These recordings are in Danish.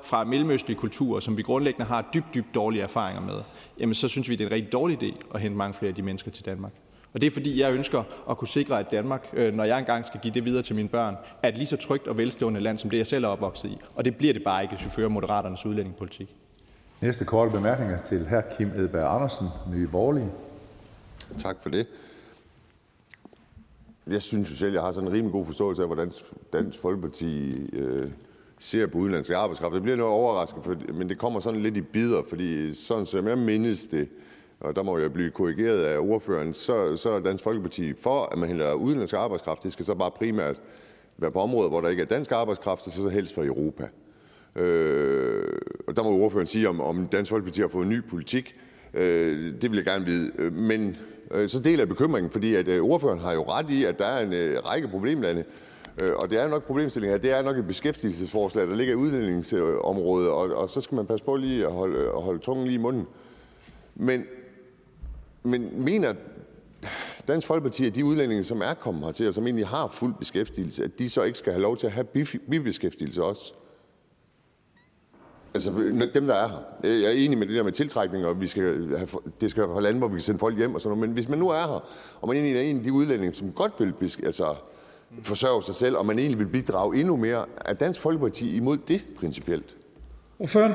fra mellemøstlige kulturer, som vi grundlæggende har dybt dårlige erfaringer med, jamen så synes vi, det er en rigtig dårlig idé at hente mange flere af de mennesker til Danmark. Og det er, fordi jeg ønsker at kunne sikre, at Danmark, når jeg engang skal give det videre til mine børn, er et lige så trygt og velstående land, som det jeg selv er opvokset i. Og det bliver det bare ikke, hvis vi fører Moderaternes udlændingepolitik. Næste korte bemærkninger til hr. Kim Edberg Andersen, Nye Borgerlige. Tak for det. Jeg synes jo selv, jeg har sådan en rimelig god forståelse af, hvordan Dansk Folkeparti ser på udenlandsk arbejdskraft. Det bliver noget overrasket, men det kommer sådan lidt i bidder, fordi sådan som jeg mindes det, og der må jeg blive korrigeret af ordføreren, så er Dansk Folkeparti for, at man henter udenlandsk arbejdskraft. Det skal så bare primært være på områder, hvor der ikke er dansk arbejdskraft, og så helst fra Europa. Og der må ordføreren sige, om Dansk Folkeparti har fået en ny politik. Det vil jeg gerne vide. Men så deler jeg bekymringen, fordi at ordføreren har jo ret i, at der er en række problemlande. Og det er nok problemstillinger. Det er nok et beskæftigelsesforslag, der ligger i udlændingsområdet, og så skal man passe på lige at holde tungen lige i munden. Men mener Dansk Folkeparti, at de udlændinge, som er kommet hertil, og som egentlig har fuld beskæftigelse, at de så ikke skal have lov til at have bibeskæftigelse også? Altså dem, der er her. Jeg er enig med det der med tiltrækning, og det skal være lande, hvor vi kan sende folk hjem og sådan noget. Men hvis man nu er her, og man egentlig er en af de udlændinge, som godt vil forsørge sig selv, og man egentlig vil bidrage endnu mere, er Dansk Folkeparti imod det principielt? Ordføreren?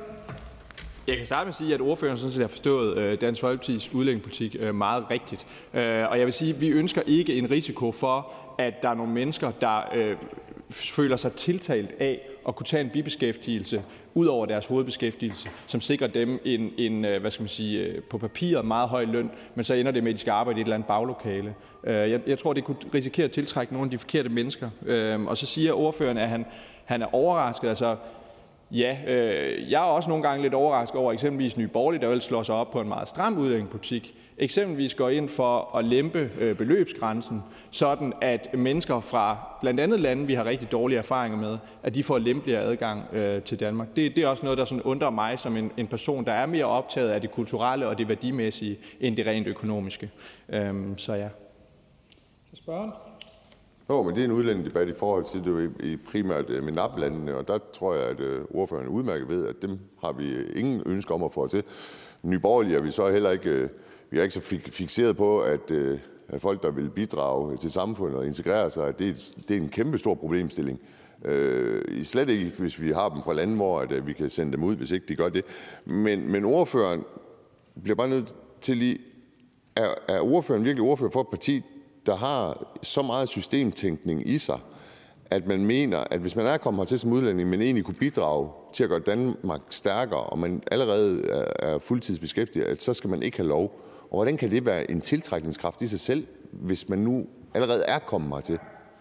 Jeg kan starte med at sige, at ordføreren sådan set har forstået Dansk Folkepartis udlændingepolitik meget rigtigt. Og jeg vil sige, at vi ønsker ikke en risiko for, at der er nogle mennesker, der føler sig tiltalt af at kunne tage en bibeskæftigelse ud over deres hovedbeskæftigelse, som sikrer dem en på papiret meget høj løn, men så ender det med, at de skal arbejde i et eller andet baglokale. Jeg tror, det kunne risikere at tiltrække nogle af de forkerte mennesker. Og så siger ordføreren, at han er overrasket. Altså, ja, jeg er også nogle gange lidt overrasket over eksempelvis Nye Borgerlige, der vil slå sig op på en meget stram udlændingepolitik. Eksempelvis går ind for at lempe beløbsgrænsen, sådan at mennesker fra blandt andet lande, vi har rigtig dårlige erfaringer med, at de får lempeligere adgang til Danmark. Det er også noget, der sådan undrer mig som en person, der er mere optaget af det kulturelle og det værdimæssige, end det rent økonomiske. Så ja. Spørgen? Jo, men det er en udlændingedebat i forhold til det i primært MENAP-landene, og der tror jeg, at ordføreren udmærket ved, at dem har vi ingen ønsker om at få til. Nye Borgerlige er vi så heller ikke, vi er ikke så fikseret på, at folk, der vil bidrage til samfundet og integrere sig, at det er en kæmpe stor problemstilling. Slet ikke, hvis vi har dem fra lande, hvor at vi kan sende dem ud, hvis ikke de gør det. Men ordføreren bliver bare nødt til lige, er ordføreren virkelig ordfører for et parti, der har så meget systemtænkning i sig, at man mener, at hvis man er kommet hertil som udlænding, men egentlig kunne bidrage til at gøre Danmark stærkere, og man allerede er fuldtidsbeskæftiget, at så skal man ikke have lov. Og hvordan kan det være en tiltrækningskraft i sig selv, hvis man nu allerede er kommet hertil?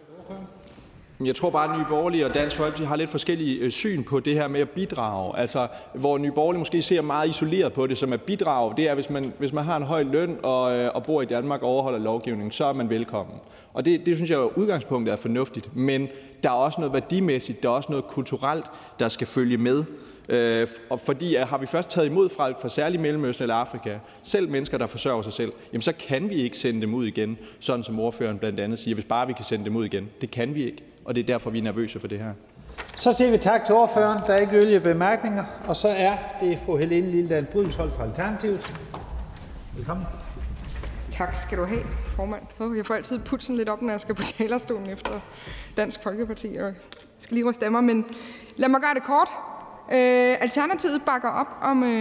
Jeg tror bare, at Nye Borgerlige og Dansk Folkeparti har lidt forskellige syn på det her med at bidrage. Altså, hvor Nye Borgerlige måske ser meget isoleret på det, som at bidrage, det er, hvis man har en høj løn og bor i Danmark og overholder lovgivningen, så er man velkommen. Og det synes jeg jo udgangspunktet er fornuftigt. Men der er også noget værdimæssigt, der er også noget kulturelt, der skal følge med. Og fordi har vi først taget imod fra særligt Mellemøsten eller Afrika, selv mennesker, der forsørger sig selv, jamen så kan vi ikke sende dem ud igen, sådan som ordføreren blandt andet siger, hvis bare vi kan sende dem ud igen. Det kan vi ikke, og det er derfor, vi er nervøse for det her. Så siger vi tak til ordføreren. Der er ikke yderligere bemærkninger. Og så er det fru Helene Liliendahl Brydensholt fra Alternativet. Velkommen. Tak skal du have, formand. Jeg får altid pulsen lidt op, når jeg skal på talerstolen efter Dansk Folkeparti, og jeg skal lige ryste stemmer, men lad mig gøre det kort. Alternativet bakker op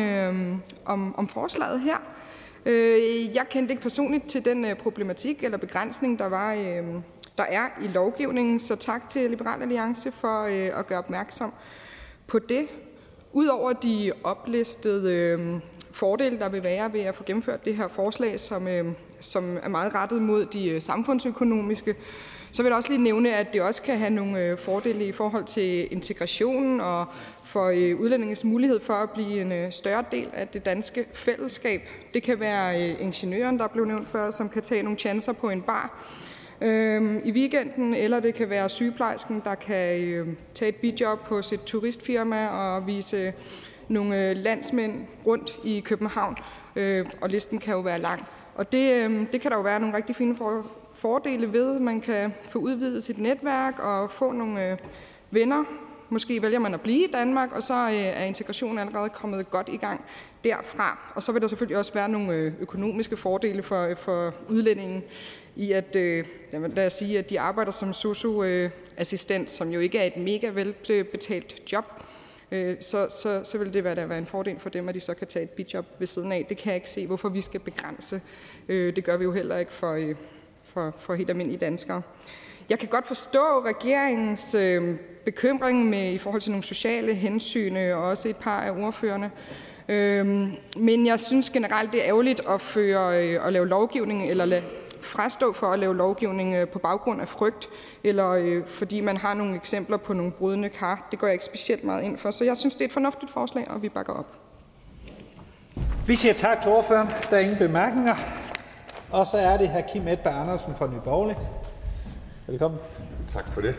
om forslaget her. Jeg kendte ikke personligt til den problematik eller begrænsning, der er i lovgivningen, så tak til Liberal Alliance for at gøre opmærksom på det. Udover de oplistede fordele, der vil være ved at få gennemført det her forslag, som er meget rettet mod de samfundsøkonomiske, så vil jeg også lige nævne, at det også kan have nogle fordele i forhold til integrationen og for udlændinges mulighed for at blive en større del af det danske fællesskab. Det kan være ingeniøren, der blev nævnt før, som kan tage nogle chancer på en bar i weekenden, eller det kan være sygeplejersken, der kan tage et bijob på sit turistfirma og vise nogle landsmænd rundt i København, og listen kan jo være lang. Og det kan der jo være nogle rigtig fine fordele ved. Man kan få udvidet sit netværk og få nogle venner Måske vælger man at blive i Danmark, og så er integrationen allerede kommet godt i gang derfra. Og så vil der selvfølgelig også være nogle økonomiske fordele for udlændingen i at, lad os sige, at de arbejder som sosu-assistent, som jo ikke er et mega velbetalt job. Så vil det være en fordel for dem, at de så kan tage et bijob ved siden af. Det kan jeg ikke se, hvorfor vi skal begrænse. Det gør vi jo heller ikke for helt almindelige danskere. Jeg kan godt forstå regeringens bekymring i forhold til nogle sociale hensyn, og også et par af ordførerne. Men jeg synes generelt, det er ærgerligt at lave lovgivning, eller frastå for at lave lovgivning på baggrund af frygt, eller fordi man har nogle eksempler på nogle brydende kar. Det går jeg ikke specielt meget ind for, så jeg synes, det er et fornuftigt forslag, og vi bakker op. Vi siger tak til ordføreren. Der er ingen bemærkninger. Og så er det hr. Kim Edberg Andersen fra Nye Borgerlige. Velkommen. Tak for det.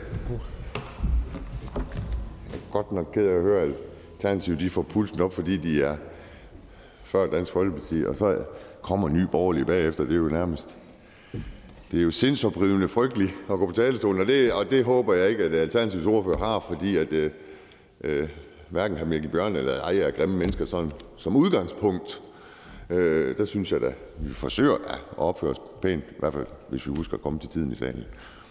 Jeg er godt nok ked af at høre, at Alternativet de får pulsen op, fordi de er før Dansk Folkeparti, og så kommer Nye Borgerlige bagefter. Det er jo nærmest... Det er jo sindsoprivende frygteligt at gå på talerstolen, og det håber jeg ikke, at Alternativets ordfører har, fordi at hverken hr. Mikkel Bjørn eller jeg er grimme mennesker sådan, som udgangspunkt. Der synes jeg da, vi forsøger at opføre os pænt, i hvert fald hvis vi husker at komme til tiden i salen.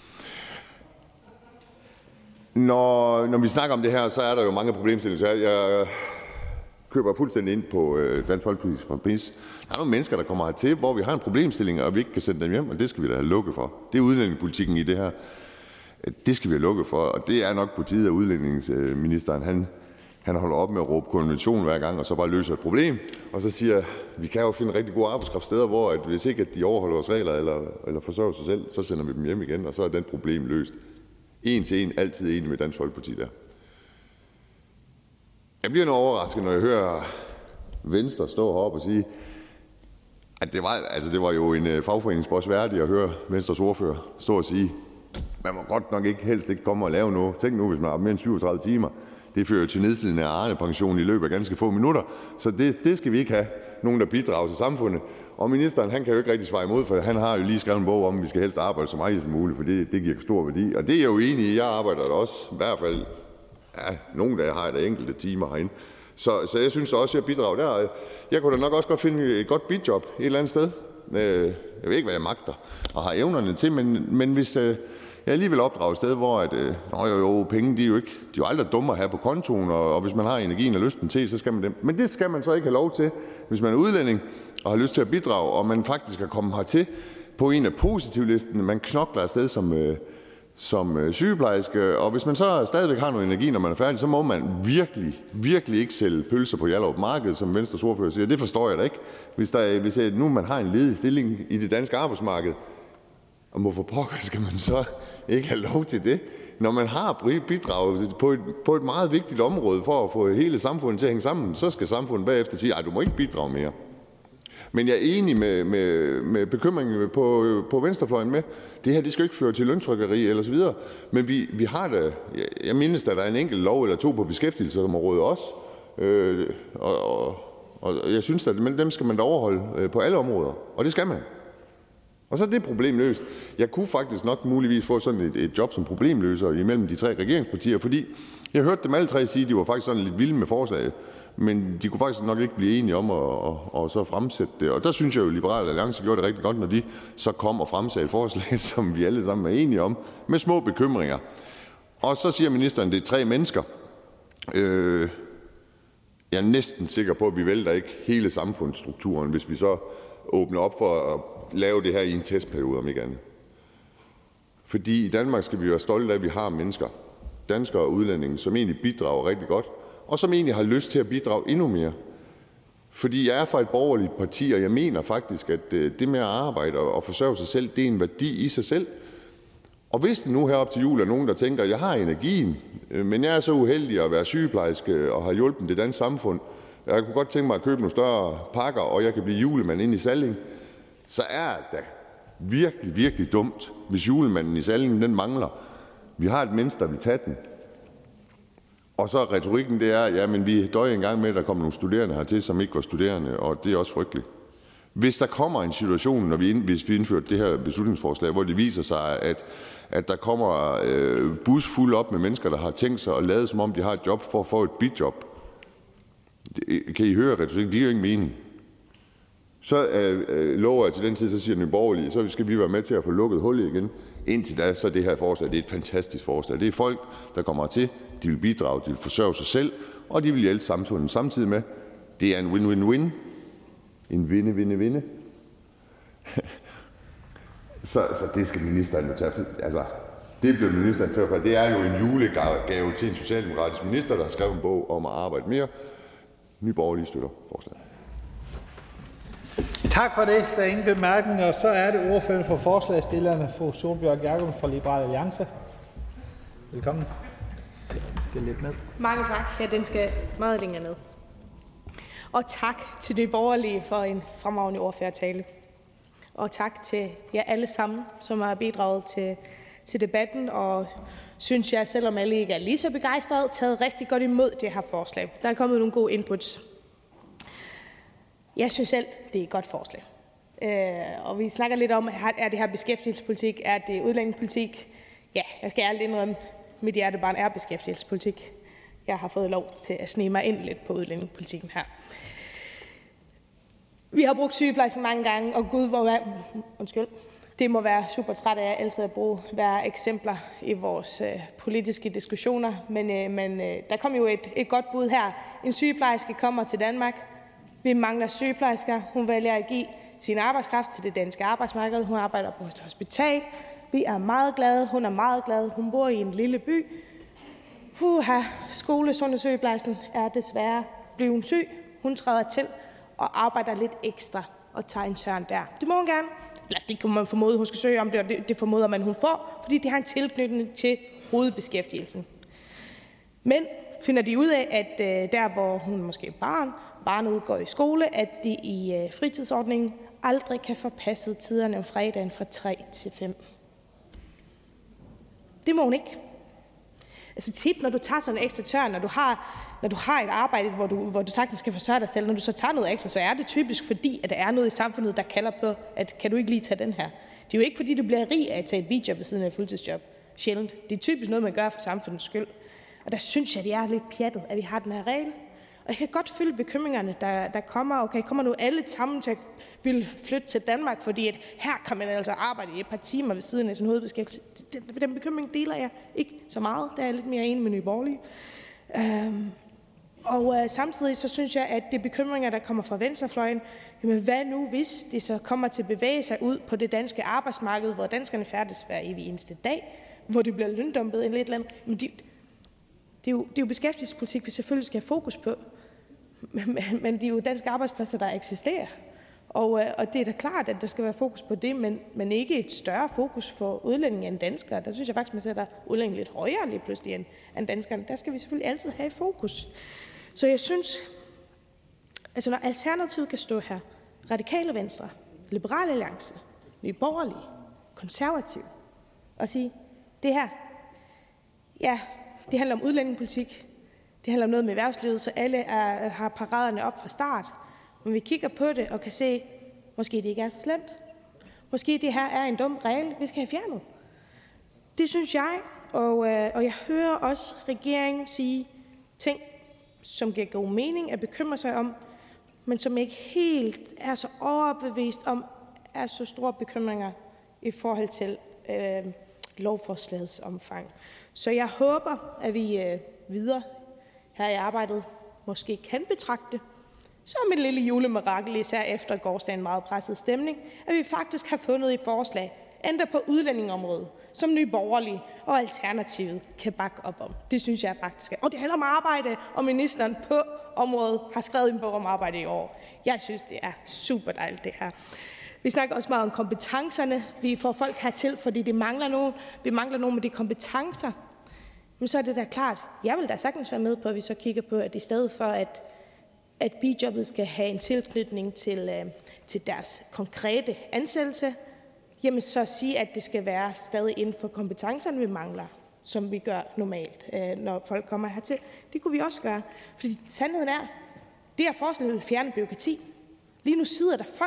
Når vi snakker om det her, så er der jo mange problemstillinger. Jeg køber fuldstændig ind på Dansk Folkepartis præmis. Der er nogle mennesker, der kommer hertil, hvor vi har en problemstilling, og vi ikke kan sende dem hjem, og det skal vi da have lukket for. Det er udlændingepolitikken i det her. Det skal vi have lukket for, og det er nok på tide, at udlændingsministeren han holder op med at råbe konvention hver gang, og så bare løser et problem, og så siger, vi kan jo finde rigtig gode arbejdskraftsteder, hvor at hvis ikke at de overholder vores regler eller forsørger sig selv, så sender vi dem hjem igen, og så er den problem løst. En til en, altid enig med Dansk Folkeparti der. Jeg bliver noget overrasket, når jeg hører Venstre stå heroppe og sige, at det var jo en fagforeningsboss værdigt at høre Venstres ordfører stå og sige, man må godt nok helst ikke komme og lave noget. Tænk nu, hvis man har mere end 37 timer. Det fører til nedslidning af Arne-pension i løbet af ganske få minutter. Så det skal vi ikke have. Nogen, der bidrager til samfundet. Og ministeren, han kan jo ikke rigtig svare imod, for han har jo lige skrevet en bog om, at vi skal helst arbejde så meget som muligt, for det giver stor værdi. Og det er jeg jo enig i. Jeg arbejder da også, i hvert fald, nogle dage har jeg da enkelte timer herinde. Så jeg synes også, at jeg bidrager der. Jeg kunne da nok også godt finde et godt bidjob et eller andet sted. Jeg ved ikke, hvad jeg magter og har evnerne til, men hvis jeg alligevel opdrager et sted, hvor penge, de er jo aldrig dumme at have på kontoen, og hvis man har energien og lysten til, så skal man dem. Men det skal man så ikke have lov til, hvis man er udlænding og har lyst til at bidrage, og man faktisk er kommet hertil på en af positivlisten. Man knokler afsted som sygeplejerske, og hvis man så stadigvæk har noget energi, når man er færdig, så må man virkelig ikke sælge pølser på Hjallerup Marked, som Venstres ordfører siger. Det forstår jeg da ikke. Hvis nu man har en ledig stilling i det danske arbejdsmarked, og hvorfor pokker skal man så ikke have lov til det, når man har bidraget på et meget vigtigt område for at få hele samfundet til at hænge sammen, så skal samfundet bagefter sige, du må ikke bidrage mere. Men jeg er enig med bekymringen på venstrefløjen med, det her det skal ikke føre til løntrykkeri eller så videre. Men vi har da, jeg mindes, at der er en enkelt lov eller to på beskæftigelsesområdet også, og jeg synes, at dem skal man da overholde på alle områder, og det skal man. Og så er det problem løst. Jeg kunne faktisk nok muligvis få sådan et job som problemløser imellem de tre regeringspartier, fordi jeg hørte dem alle tre sige, at de var faktisk sådan lidt vilde med forslaget, men de kunne faktisk nok ikke blive enige om at så fremsætte det. Og der synes jeg jo, at Liberal Alliance gjorde det rigtig godt, når de så kom og fremsatte et forslag, som vi alle sammen er enige om, med små bekymringer. Og så siger ministeren, at det er tre mennesker. Jeg er næsten sikker på, at vi vælter ikke hele samfundsstrukturen, hvis vi så åbner op for at lave det her i en testperiode, om ikke andet. Fordi i Danmark skal vi være stolte af, at vi har mennesker, danskere og udlændinge, som egentlig bidrager rigtig godt, og som egentlig har lyst til at bidrage endnu mere. Fordi jeg er fra et borgerligt parti, og jeg mener faktisk, at det med at arbejde og forsørge sig selv, det er en værdi i sig selv. Og hvis det nu herop til jul er nogen, der tænker, at jeg har energien, men jeg er så uheldig at være sygeplejerske og har hjulpet det danske samfund, jeg kunne godt tænke mig at købe nogle større pakker, og jeg kan blive julemand inde i Salling, så er det virkelig, virkelig dumt, hvis julemanden i Salling, den mangler. Vi har et menneske, der vil tage den. Og så retorikken, det er, men vi døjer en gang med, at der kommer nogle studerende hertil, som ikke var studerende, og det er også frygteligt. Hvis der kommer en situation, hvis vi indfører det her beslutningsforslag, hvor det viser sig, at der kommer bus fuld op med mennesker, der har tænkt sig at lade, som om de har et job for at få et bidjob, kan I høre retorikken? Det giver jo ingen mening. Så lover jeg til den tid, så siger Nye Borgerlige, så skal vi være med til at få lukket hullet igen. Indtil da, så det her forslag, det er et fantastisk forslag. Det er folk, der kommer hertil, de vil bidrage, de vil forsørge sig selv, og de vil hjælpe samfundet samtidig med. Det er en win-win-win. En vinde-vinde-vinde. så det skal ministeren jo tage. Altså, det bliver ministeren til for. Det er jo en julegave til en socialdemokratisk minister, der har skrevet en bog om at arbejde mere. Nye Borgerlige støtter forslaget. Tak for det. Der er ingen bemærkninger. Så er det ordføreren for forslagsstillerne, fru Sólbjørg Jakobsen fra Liberal Alliance. Velkommen. Den skal lidt ned. Mange tak. Ja, den skal meget længere ned. Og tak til Nye Borgerlige for en fremragende ordførertale. Og tak til jer alle sammen, som har bidraget til debatten. Og synes jeg, selvom alle ikke er lige så begejstrede, taget rigtig godt imod det her forslag. Der er kommet nogle gode inputs. Jeg synes selv, det er et godt forslag. Og vi snakker lidt om, er det her beskæftigelsespolitik, er det udlændingepolitik? Ja, jeg skal ærligt indrømme, mit hjertebarn er beskæftigelsespolitik. Jeg har fået lov til at snige mig ind lidt på udlændingepolitikken her. Vi har brugt sygeplejersken mange gange, og Gud, det må være super træt af, at jeg altid at være eksempler i vores politiske diskussioner. Men der kom jo et godt bud her. En sygeplejerske kommer til Danmark. Vi mangler sygeplejersker. Hun vælger at give sin arbejdskraft til det danske arbejdsmarked. Hun arbejder på et hospital. Vi er meget glade. Hun er meget glad. Hun bor i en lille by. Sundhedssygeplejersken er desværre blevet syg. Hun træder til og arbejder lidt ekstra og tager en tørn der. Det må hun gerne. Eller det kan man formode, hun skal søge om det, og det formoder man, hun får, fordi det har en tilknytning til hovedbeskæftigelsen. Men finder de ud af, at der, hvor hun måske er barnet går i skole, at de i fritidsordningen aldrig kan få passet tiderne om fredagen fra 3 til 5. Det må hun ikke. Altså tit, når du tager sådan en ekstra tørn, når du har et arbejde, hvor du sagtens skal forsørge dig selv, når du så tager noget ekstra, så er det typisk fordi, at der er noget i samfundet, der kalder på, at kan du ikke lige tage den her. Det er jo ikke fordi, du bliver rig af at tage et bidjob ved siden af et fuldtidsjob. Sjældent. Det er typisk noget, man gør for samfundets skyld. Og der synes jeg, det er lidt pjattet, at vi har den her regel. Og jeg kan godt følge bekymringerne, der kommer. Okay, kommer nu alle sammen til at ville flytte til Danmark, fordi at her kan man altså arbejde i et par timer ved siden af sin hovedbeskæftigelse. Den bekymring deler jeg ikke så meget. Der er jeg lidt mere enig med Nye Borgerlige. Samtidig så synes jeg, at det bekymringer, der kommer fra venstrefløjen, jamen hvad nu, hvis det så kommer til at bevæge sig ud på det danske arbejdsmarked, hvor danskerne færdes hver evig eneste dag, hvor det bliver løndumpet eller et eller andet. Men det er jo beskæftigelsespolitik, vi selvfølgelig skal have fokus på. Men det er jo danske arbejdspladser, der eksisterer. Og det er da klart, at der skal være fokus på det, men ikke et større fokus for udlændinge end danskere. Der synes jeg faktisk, man sætter udlændinge lidt højere lige pludselig end danskerne. Der skal vi selvfølgelig altid have fokus. Så jeg synes, altså når Alternativet kan stå her, Radikale Venstre, Liberal Alliance, Nye Borgerlige, Konservative, og sige, det her, ja, det handler om udlændingepolitik, det handler om noget med erhvervslivet, så alle har paraderne op fra start. Men vi kigger på det og kan se, måske det ikke er så slemt. Måske det her er en dum regel, vi skal have fjernet. Det synes jeg, og jeg hører også regeringen sige ting, som giver god mening at bekymre sig om, men som ikke helt er så overbevist om, er så store bekymringer i forhold til lovforslagets omfang. Så jeg håber, at vi videre her i arbejdet måske kan betragte som et lille julemirakel, især efter gårsdagen meget presset stemning, at vi faktisk har fundet et forslag, endda på udlændingeområdet, som Nye Borgerlige og Alternativet kan bakke op om. Det synes jeg faktisk. Og det handler om arbejde, og ministeren på området har skrevet en bog om arbejde i år. Jeg synes, det er super dejligt, det her. Vi snakker også meget om kompetencerne. Vi får folk hertil, fordi vi mangler nogen med de kompetencer. Men så er det da klart, jeg vil da sagtens være med på, at vi så kigger på, at i stedet for, at bijobbet skal have en tilknytning til deres konkrete ansættelse, jamen så sige, at det skal være stadig inden for kompetencerne, vi mangler, som vi gør normalt, når folk kommer hertil. Det kunne vi også gøre, fordi sandheden er, det her forslag vil fjerne bureaukrati. Lige nu sidder der folk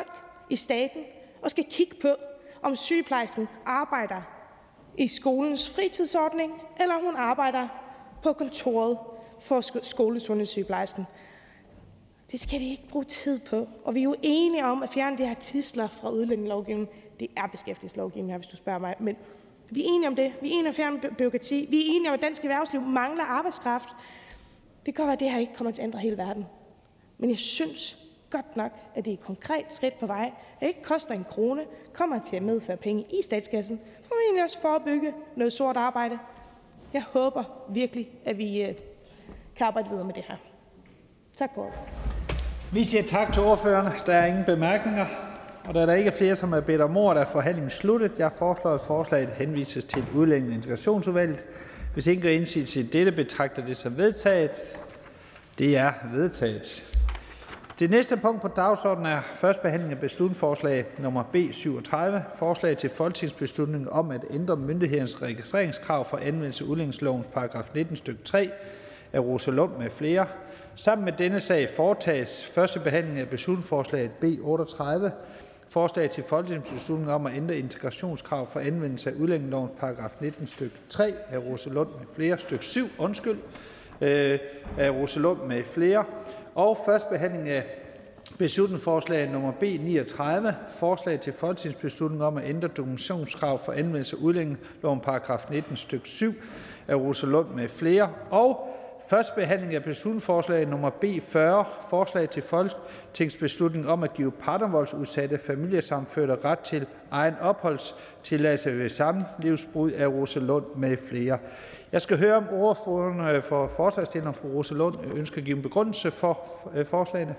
i staten og skal kigge på, om sygeplejersken arbejder i skolens fritidsordning, eller om hun arbejder på kontoret for skolesundhedssygeplejersken. Det skal de ikke bruge tid på. Og vi er jo enige om at fjerne det her tidsler fra udlændingelovgivningen. Det er beskæftigelseslovgivningen her, hvis du spørger mig. Men vi er enige om det. Vi er enige om at fjerne bureaukrati. Vi er enige om, at dansk erhvervsliv mangler arbejdskraft. Det kan godt være, at det her ikke kommer til at ændre hele verden. Men jeg synes godt nok, at det er et konkret skridt på vej. Det ikke koster en krone, kommer til at medføre penge i statskassen. For vi egentlig også forebygge noget sort arbejde. Jeg håber virkelig, at vi kan arbejde videre med det her. Tak for ordet. Vi siger tak til ordførerne. Der er ingen bemærkninger. Og da der ikke er flere, som har bedt om ordet, er forhandlingen sluttet. Jeg foreslår, at forslaget henvises til Udlændinge- og Integrationsudvalget. Hvis ingen gør indsigelse til dette, betragter det som vedtaget. Det er vedtaget. Det næste punkt på dagsordenen er første behandling af beslutningsforslag nummer B 37. Forslag til folketingsbeslutning om at ændre myndighedernes registreringskrav for anvendelse af udlændingelovens paragraf 19 stykke 3 af Rosa Lund med flere. Sammen med denne sag foretages første behandling af beslutningsforslaget B 38. Forslag til folketingsbeslutning om at ændre integrationskrav for anvendelse af udlændingelovens paragraf 19 stykke 3 af Rosa Lund med flere. Stykke 7, af Rosa Lund med flere. Og første behandling af beslutningsforslag nummer B 39. Forslag til folketingsbeslutning om at ændre dokumentationskrav for anvendelse af udlændingeloven paragraf 19 stykke 7 af Rosa Lund med flere. Og første behandling af beslutningsforslag nummer B 40. Forslag til folketingsbeslutning om at give partnervoldsudsatte familiesammenførte ret til egen opholdstilladelse ved samlivsbrud af Rosa Lund med flere. Jeg skal høre, om ordføreren for forslagsstilleren, fru Rosa Lund, ønsker at give en begrundelse for forslagene.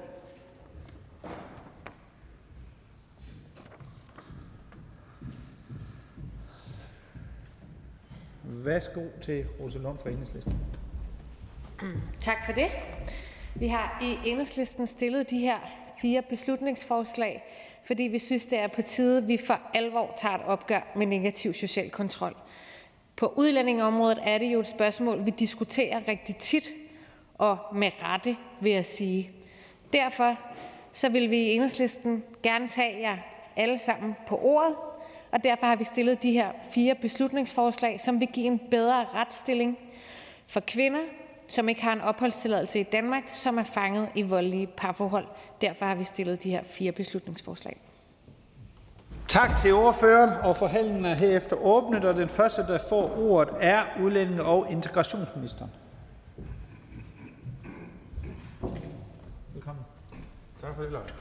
Værsgo til Rosa Lund fra Enhedslisten. Tak for det. Vi har i Enhedslisten stillet de her 4 beslutningsforslag, fordi vi synes, det er på tide, at vi for alvor tager et opgør med negativ social kontrol. På udlændingeområdet er det jo et spørgsmål, vi diskuterer rigtig tit, og med rette, vil jeg sige. Derfor så vil vi i Enhedslisten gerne tage jer alle sammen på ordet, og derfor har vi stillet de her 4 beslutningsforslag, som vil give en bedre retsstilling for kvinder, som ikke har en opholdstilladelse i Danmark, som er fanget i voldelige parforhold. Derfor har vi stillet de her 4 beslutningsforslag. Tak til ordføreren, og forhandlingen er herefter åbnet, og den første, der får ordet, er udlændinge- og integrationsministeren. Velkommen. Tak for det, Lars.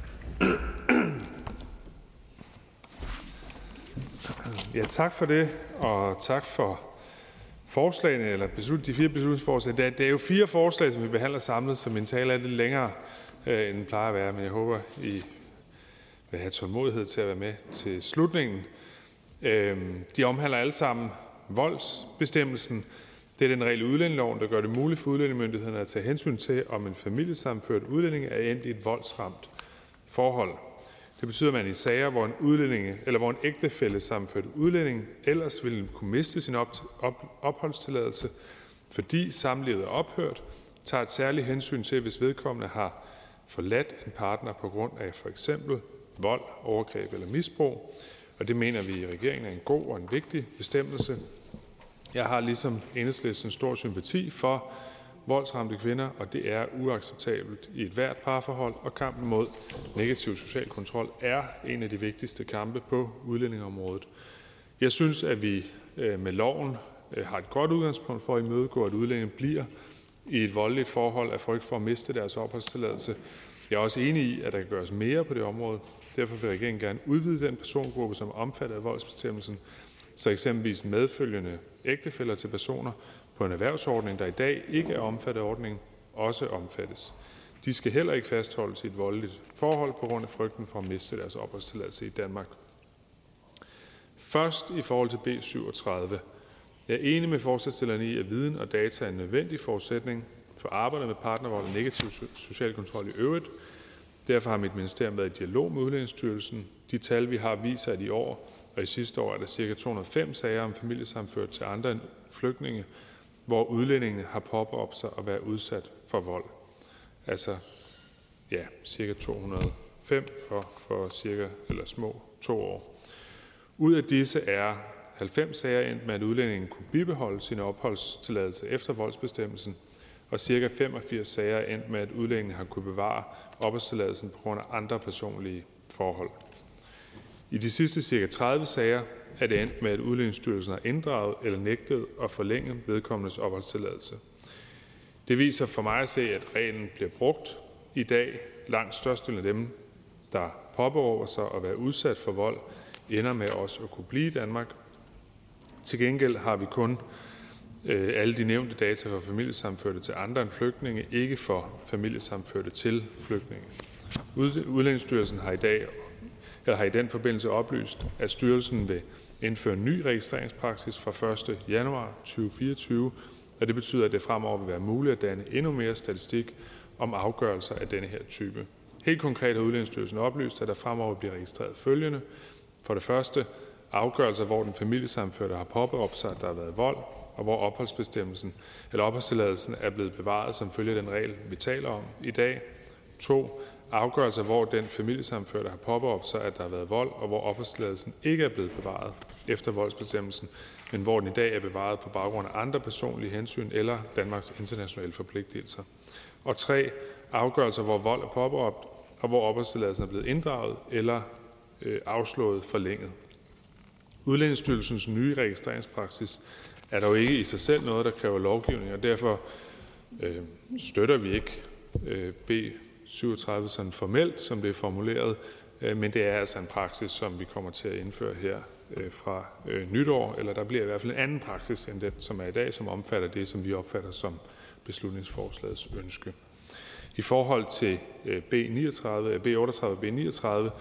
Ja, tak for det, og tak for forslagene, eller de 4 beslutningsforslag. Det er jo 4 forslag, som vi behandler samlet, så min tale er lidt længere, end den plejer at være, men jeg håber, I vil have tålmodighed til at være med til slutningen. De omhandler alle sammen voldsbestemmelsen. Det er den regel i udlændingeloven, der gør det muligt for udlændingemyndighederne at tage hensyn til, om en familiesammenført udlænding er endt i et voldsramt forhold. Det betyder, at man i sager, hvor en ægtefællesammenført udlænding ellers ville kunne miste sin opholdstilladelse, fordi samlivet er ophørt, tager et særligt hensyn til, hvis vedkommende har forladt en partner på grund af for eksempel vold, overgreb eller misbrug. Og det mener vi i regeringen er en god og en vigtig bestemmelse. Jeg har ligesom Enhedslisten stor sympati for voldsramte kvinder, og det er uacceptabelt i et hvert parforhold, og kampen mod negativ social kontrol er en af de vigtigste kampe på udlændingeområdet. Jeg synes, at vi med loven har et godt udgangspunkt for at imødegå, at udlændinge bliver i et voldeligt forhold af frygt for at miste deres opholdstilladelse. Jeg er også enig i, at der kan gøres mere på det område. Derfor vil regeringen gerne udvide den persongruppe, som er omfattet af voldsbestemmelsen, så eksempelvis medfølgende ægtefæller til personer på en erhvervsordning, der i dag ikke er omfattet af ordningen, også omfattes. De skal heller ikke fastholdes i et voldeligt forhold på grund af frygten for at miste deres opholdstilladelse i Danmark. Først i forhold til B 37. Jeg er enig med forslagsstillerne i, at viden og data er en nødvendig forudsætning for arbejdet med partnervold og negativ social kontrol i øvrigt. Derfor har mit ministerium været i dialog med Udlændingestyrelsen. De tal, vi har, viser, at i år og i sidste år er der ca. 205 sager om familiesammenført til andre end flygtninge, hvor udlændingene har påberåbt sig at være udsat for vold. Altså, ja, ca. 200 5 for små 2 år. Ud af disse er 90 sager endt med, at udlændingen kunne bibeholde sin opholdstilladelse efter voldsbestemmelsen, og ca. 85 sager er endt med, at udlændingen har kunnet bevare opholdstilladelsen på grund af andre personlige forhold. I de sidste ca. 30 sager er det endt med, at Udlændingestyrelsen har inddraget eller nægtet at forlænge vedkommendes opholdstilladelse. Det viser for mig at se, at reglen bliver brugt i dag. Langt størstedelen af dem, der påberåber sig at være udsat for vold, ender med også at kunne blive i Danmark. Til gengæld har vi kun alle de nævnte data for familiesammenførte til andre end flygtninge, ikke for familiesammenførte til flygtninge. Udlændingestyrelsen har i den forbindelse oplyst, at styrelsen vil indføre en ny registreringspraksis fra 1. januar 2024, og det betyder, at det fremover vil være muligt at danne endnu mere statistik om afgørelser af denne her type. Helt konkret har Udlændingestyrelsen oplyst, at der fremover bliver registreret følgende. For det første, afgørelser, hvor den familiesammenførte har påberåbt sig, at der har været vold, og hvor opholdstilladelsen er blevet bevaret som følge af den regel, vi taler om i dag. 2. Afgørelser, hvor den familiesammenførte har påberåbt sig, at der har været vold, og hvor opholdstilladelsen ikke er blevet bevaret efter voldsbestemmelsen, men hvor den i dag er bevaret på baggrund af andre personlige hensyn eller Danmarks internationale forpligtelser. Og 3. Afgørelser, hvor vold er påberåbt, og hvor opholdstilladelsen er blevet inddraget eller afslået forlænget. Udlændingestyrelsens nye registreringspraksis er dog ikke i sig selv noget, der kræver lovgivning, og derfor støtter vi ikke B37 sådan formelt, som det er formuleret, men det er altså en praksis, som vi kommer til at indføre her fra nytår, eller der bliver i hvert fald en anden praksis end den, som er i dag, som omfatter det, som vi opfatter som beslutningsforslagets ønske. I forhold til B38 og B39,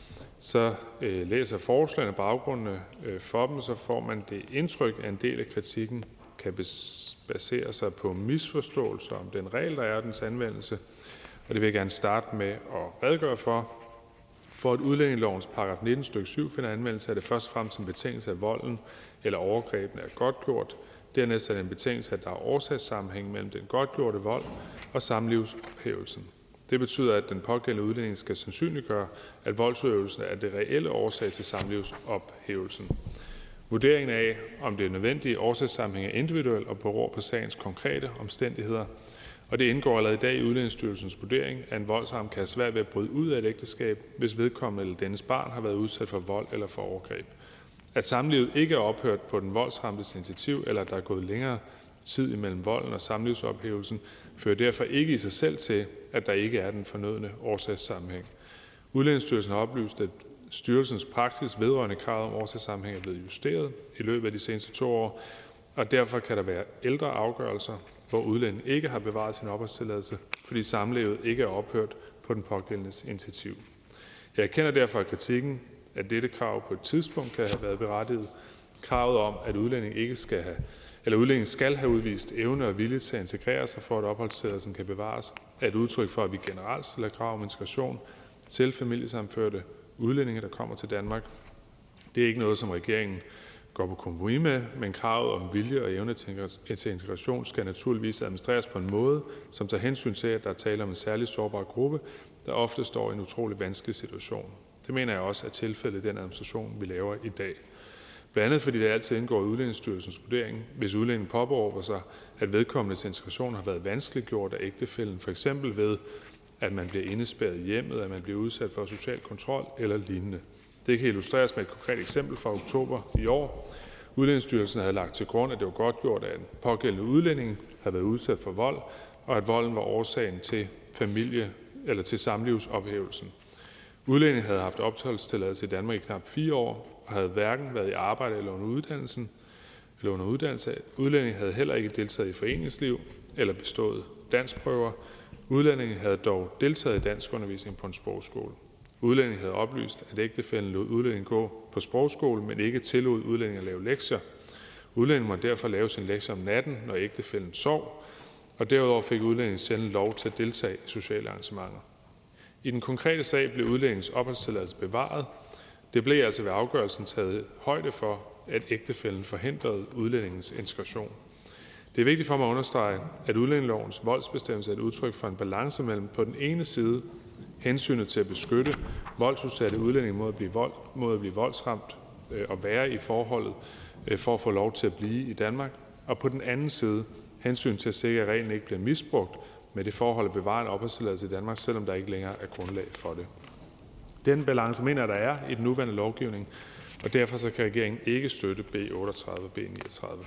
så læser forslagene baggrundene for dem, så får man det indtryk, at en del af kritikken kan basere sig på misforståelser om den regel, der er og dens anvendelse. Og det vil jeg gerne starte med at redegøre for. For at udlændingelovens paragraf 19 stykke 7 finder anvendelse, er det først og fremmest en betingelse, at volden eller overgrebene er godtgjort. Dernæst er det en betingelse, at der er årsagssammenhæng mellem den godtgjorte vold og samlivsophævelsen. Det betyder, at den pågældende udlænding skal sandsynliggøre, at voldsudøvelsen er det reelle årsag til samlivsophævelsen. Vurderingen af, om det er nødvendige årsagssammenhæng er individuel og beror på sagens konkrete omstændigheder. Og det indgår allerede i dag i Udlændingestyrelsens vurdering, at en voldsramt kan have svært ved at bryde ud af et ægteskab, hvis vedkommende eller dennes barn har været udsat for vold eller for overgreb. At samlivet ikke er ophørt på den voldsramtes initiativ, eller at der er gået længere tid imellem volden og samlivsophævelsen, fører derfor ikke i sig selv til, at der ikke er den fornødne årsagssammenhæng. Udlændingestyrelsen har oplyst, at styrelsens praksis vedrørende kravet om årsagssammenhæng er blevet justeret i løbet af de seneste 2 år, og derfor kan der være ældre afgørelser, hvor udlændingen ikke har bevaret sin opholdstilladelse, fordi samlivet ikke er ophørt på den pågældendes initiativ. Jeg erkender derfor, at kritikken af dette krav på et tidspunkt kan have været berettiget. Kravet om, at udlændingen skal have udvist evne og vilje til at integrere sig for, at opholdstilladelsen kan bevares, er et udtryk for, at vi generelt stiller krav om integration til familiesammenførte udlændinge, der kommer til Danmark. Det er ikke noget, som regeringen går på kompromis med, men kravet om vilje og evne til integration skal naturligvis administreres på en måde, som tager hensyn til, at der er tale om en særlig sårbar gruppe, der ofte står i en utrolig vanskelig situation. Det mener jeg også er tilfældet i den administration, vi laver i dag. Blandt andet fordi det altid indgår i Udlændingestyrelsens vurdering, hvis udlændingen påberåber sig, at vedkommendes integration har været vanskeliggjort af ægtefælden, f.eks. ved, at man bliver indespærret i hjemmet, at man bliver udsat for social kontrol eller lignende. Det kan illustreres med et konkret eksempel fra oktober i år. Udlændingestyrelsen havde lagt til grund, at det var godtgjort, at en pågældende udlænding havde været udsat for vold, og at volden var årsagen til samlivsophævelsen. Udlændingen havde haft opholdstilladelse i Danmark i knap 4 år, og havde hverken været i arbejde eller under uddannelse. Udlændingen havde heller ikke deltaget i foreningsliv eller bestået danskprøver. Udlændingen havde dog deltaget i danskundervisning på en sprogskole. Udlændingen havde oplyst, at ægtefællen lod udlændingen gå på sprogskole, men ikke tillod udlændingen at lave lektier. Udlændingen måtte derfor lave sin lektier om natten, når ægtefællen sov, og derudover fik udlændingen sjældent lov til at deltage i sociale arrangementer. I den konkrete sag blev udlændingens opholdstilladelse bevaret. Det blev altså ved afgørelsen taget højde for, at ægtefællen forhindrede udlændingens integration. Det er vigtigt for mig at understrege, at udlændingelovens voldsbestemmelse er et udtryk for en balance mellem på den ene side hensynet til at beskytte voldsudsatte udlændinge mod at blive voldsramt og være i forholdet for at få lov til at blive i Danmark, og på den anden side hensyn til at sikre, at reglen ikke bliver misbrugt med det forhold at bevare en opholdstilladelse i Danmark, selvom der ikke længere er grundlag for det. Den balance mener jeg, der er i den nuværende lovgivning, og derfor så kan regeringen ikke støtte B 38 og B 39.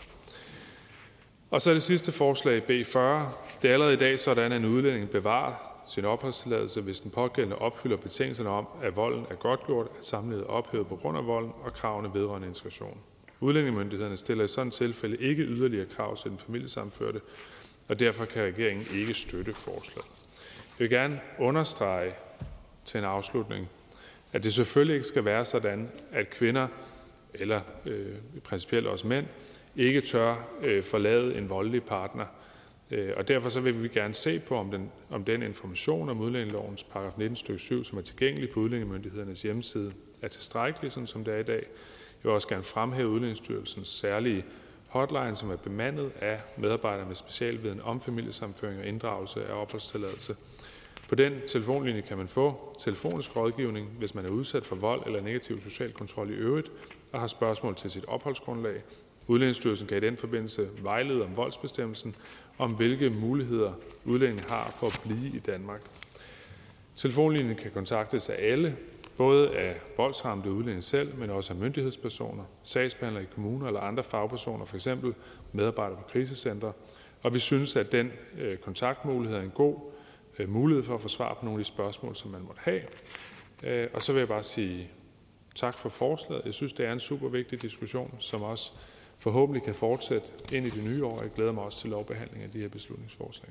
Og så er det sidste forslag, B 40. Det er allerede i dag sådan, at en udlænding bevarer sin opholdstilladelse, hvis den pågældende opfylder betingelserne om, at volden er godtgjort, at samlivet er ophævet på grund af volden og kravene vedrørende integration. Udlændingemyndighederne stiller i sådan et tilfælde ikke yderligere krav til den familiesammenførte, og derfor kan regeringen ikke støtte forslaget. Jeg vil gerne understrege til en afslutning, at det selvfølgelig ikke skal være sådan, at kvinder, eller principielt også mænd, ikke tør forlade en voldelig partner. Og derfor så vil vi gerne se på, om den information om udlændingelovens paragraf 19 stykke 7, som er tilgængelig på udlændingemyndighedernes hjemmeside, er tilstrækkelig, sådan som det er i dag. Jeg vil også gerne fremhæve Udlændingestyrelsens særlige hotline, som er bemandet af medarbejdere med specialviden om familiesammenføring og inddragelse af opholdstilladelse. På den telefonlinje kan man få telefonisk rådgivning, hvis man er udsat for vold eller negativ social kontrol i øvrigt og har spørgsmål til sit opholdsgrundlag. Udlændingestyrelsen kan i den forbindelse vejlede om voldsbestemmelsen, om hvilke muligheder udlændingen har for at blive i Danmark. Telefonlinjen kan kontaktes af alle, både af voldsramte udlændinge selv, men også af myndighedspersoner, sagsbehandlere i kommuner eller andre fagpersoner, f.eks. medarbejdere på krisecentre. Og vi synes, at den kontaktmulighed er en god mulighed for at få svar på nogle af de spørgsmål, som man måtte have. Og så vil jeg bare sige tak for forslaget. Jeg synes, det er en super vigtig diskussion, som også forhåbentlig kan fortsætte ind i det nye år. Jeg glæder mig også til lovbehandling af de her beslutningsforslag.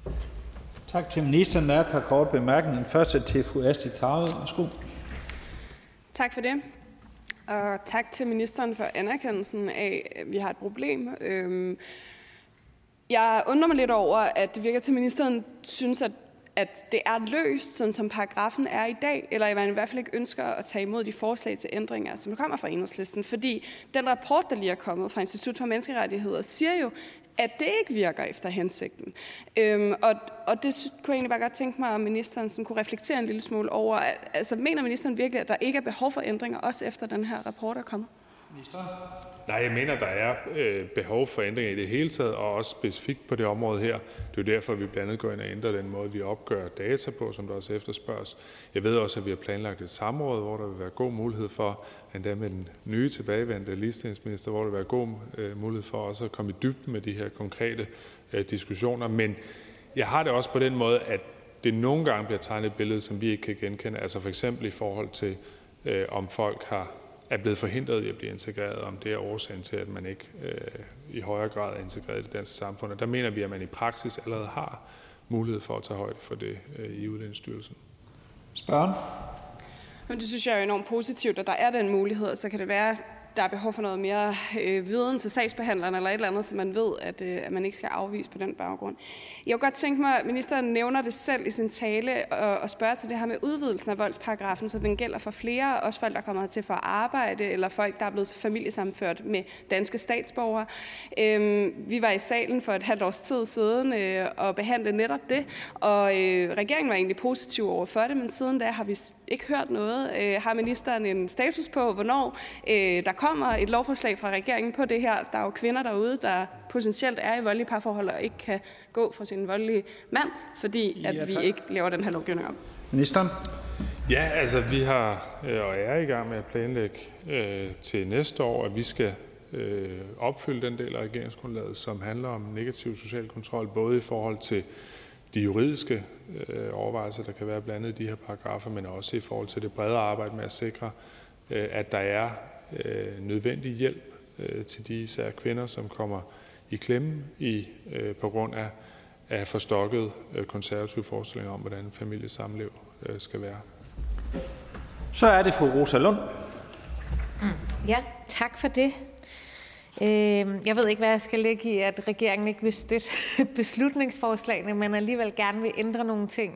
Tak til ministeren. Der er et par korte bemærkninger. Den første til fru Astrid Carøe. Værsgo. Tak for det. Og tak til ministeren for anerkendelsen af, at vi har et problem. Jeg undrer mig lidt over, at det virker til, at ministeren synes, at det er løst, sådan som paragrafen er i dag, eller at man i hvert fald ikke ønsker at tage imod de forslag til ændringer, som kommer fra Enhedslisten. Fordi den rapport, der lige er kommet fra Institut for Menneskerettigheder, siger jo, at det ikke virker efter hensigten. Og det kunne jeg egentlig bare godt tænke mig, at ministeren sådan kunne reflektere en lille smule over. Altså, mener ministeren virkelig, at der ikke er behov for ændringer, også efter den her rapport er kommet? Nej, jeg mener, der er behov for ændringer i det hele taget, og også specifikt på det område her. Det er jo derfor, at vi blandt andet går ind og ændrer den måde, vi opgør data på, som der også efterspørges. Jeg ved også, at vi har planlagt et samråd, hvor der vil være god mulighed for, endda med den nye tilbagevendte ligestillingsminister, hvor der vil være god mulighed for også at komme i dybden med de her konkrete diskussioner. Men jeg har det også på den måde, at det nogle gange bliver tegnet et billede, som vi ikke kan genkende. Altså for eksempel i forhold til, om folk er blevet forhindret i at blive integreret, om det er årsagen til, at man ikke i højere grad er integreret i det danske samfund. Og der mener vi, at man i praksis allerede har mulighed for at tage højde for det i Udlændingestyrelsen. Spørgen? Det synes jeg er enormt positivt, at der er den mulighed. Så kan det være, der er behov for noget mere viden til sagsbehandleren eller et eller andet, så man ved, at man ikke skal afvise på den baggrund. Jeg kunne godt tænke mig, at ministeren nævner det selv i sin tale og spørger til det her med udvidelsen af voldsparagrafen, så den gælder for flere, også folk, der kommer hertil for at arbejde, eller folk, der er blevet familiesammenført med danske statsborgere. Vi var i salen for et halvt års tid siden og behandlede netop det, og regeringen var egentlig positiv over for det, men siden da har vi ikke hørt noget. Har ministeren en status på, hvornår der kommer et lovforslag fra regeringen på det her? Der er jo kvinder derude, der potentielt er i voldelige parforhold og ikke kan gå fra sin voldelige mand, fordi at vi ikke laver den her lovgivning om. Ministeren? Ja, altså vi har og er i gang med at planlægge til næste år, at vi skal opfylde den del af regeringsgrundlaget, som handler om negativ social kontrol, både i forhold til de juridiske overvejelser, der kan være blandet i de her paragrafer, men også i forhold til det bredere arbejde med at sikre, at der er nødvendig hjælp til de især kvinder, som kommer i klemme på grund af forstokket konservative forestillinger om, hvordan familiesamliv skal være. Så er det fru Rosa Lund. Ja, tak for det. Jeg ved ikke, hvad jeg skal lægge i, at regeringen ikke vil støtte beslutningsforslagene, men alligevel gerne vil ændre nogle ting.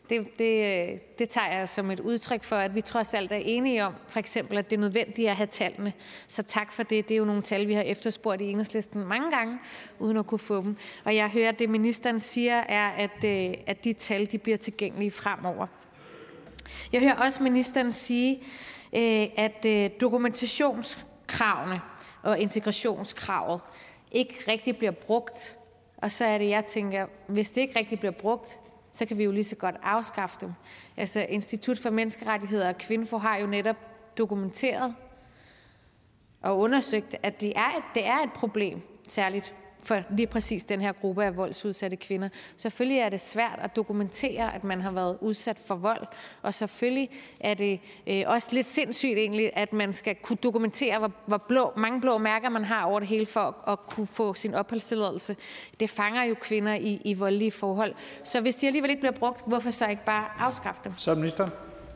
Det tager jeg som et udtryk for, at vi trods alt er enige om, for eksempel, at det er nødvendigt at have tallene. Så tak for det. Det er jo nogle tal, vi har efterspurgt i Enhedslisten mange gange, uden at kunne få dem. Og jeg hører, at det ministeren siger, er, at de tal de bliver tilgængelige fremover. Jeg hører også ministeren sige, at dokumentationskravene og integrationskravet ikke rigtig bliver brugt. Og så er det, jeg tænker, hvis det ikke rigtig bliver brugt, så kan vi jo lige så godt afskaffe dem. Altså Institut for Menneskerettigheder og Kvinfo har jo netop dokumenteret og undersøgt, at det er et problem, særligt for lige præcis den her gruppe af voldsudsatte kvinder. Selvfølgelig er det svært at dokumentere, at man har været udsat for vold, og selvfølgelig er det også lidt sindssygt egentlig, at man skal kunne dokumentere, hvor mange blå mærker man har over det hele, for at kunne få sin opholdstilladelse. Det fanger jo kvinder i voldelige forhold. Så hvis de alligevel ikke bliver brugt, hvorfor så ikke bare afskaffe dem? Så ministeren.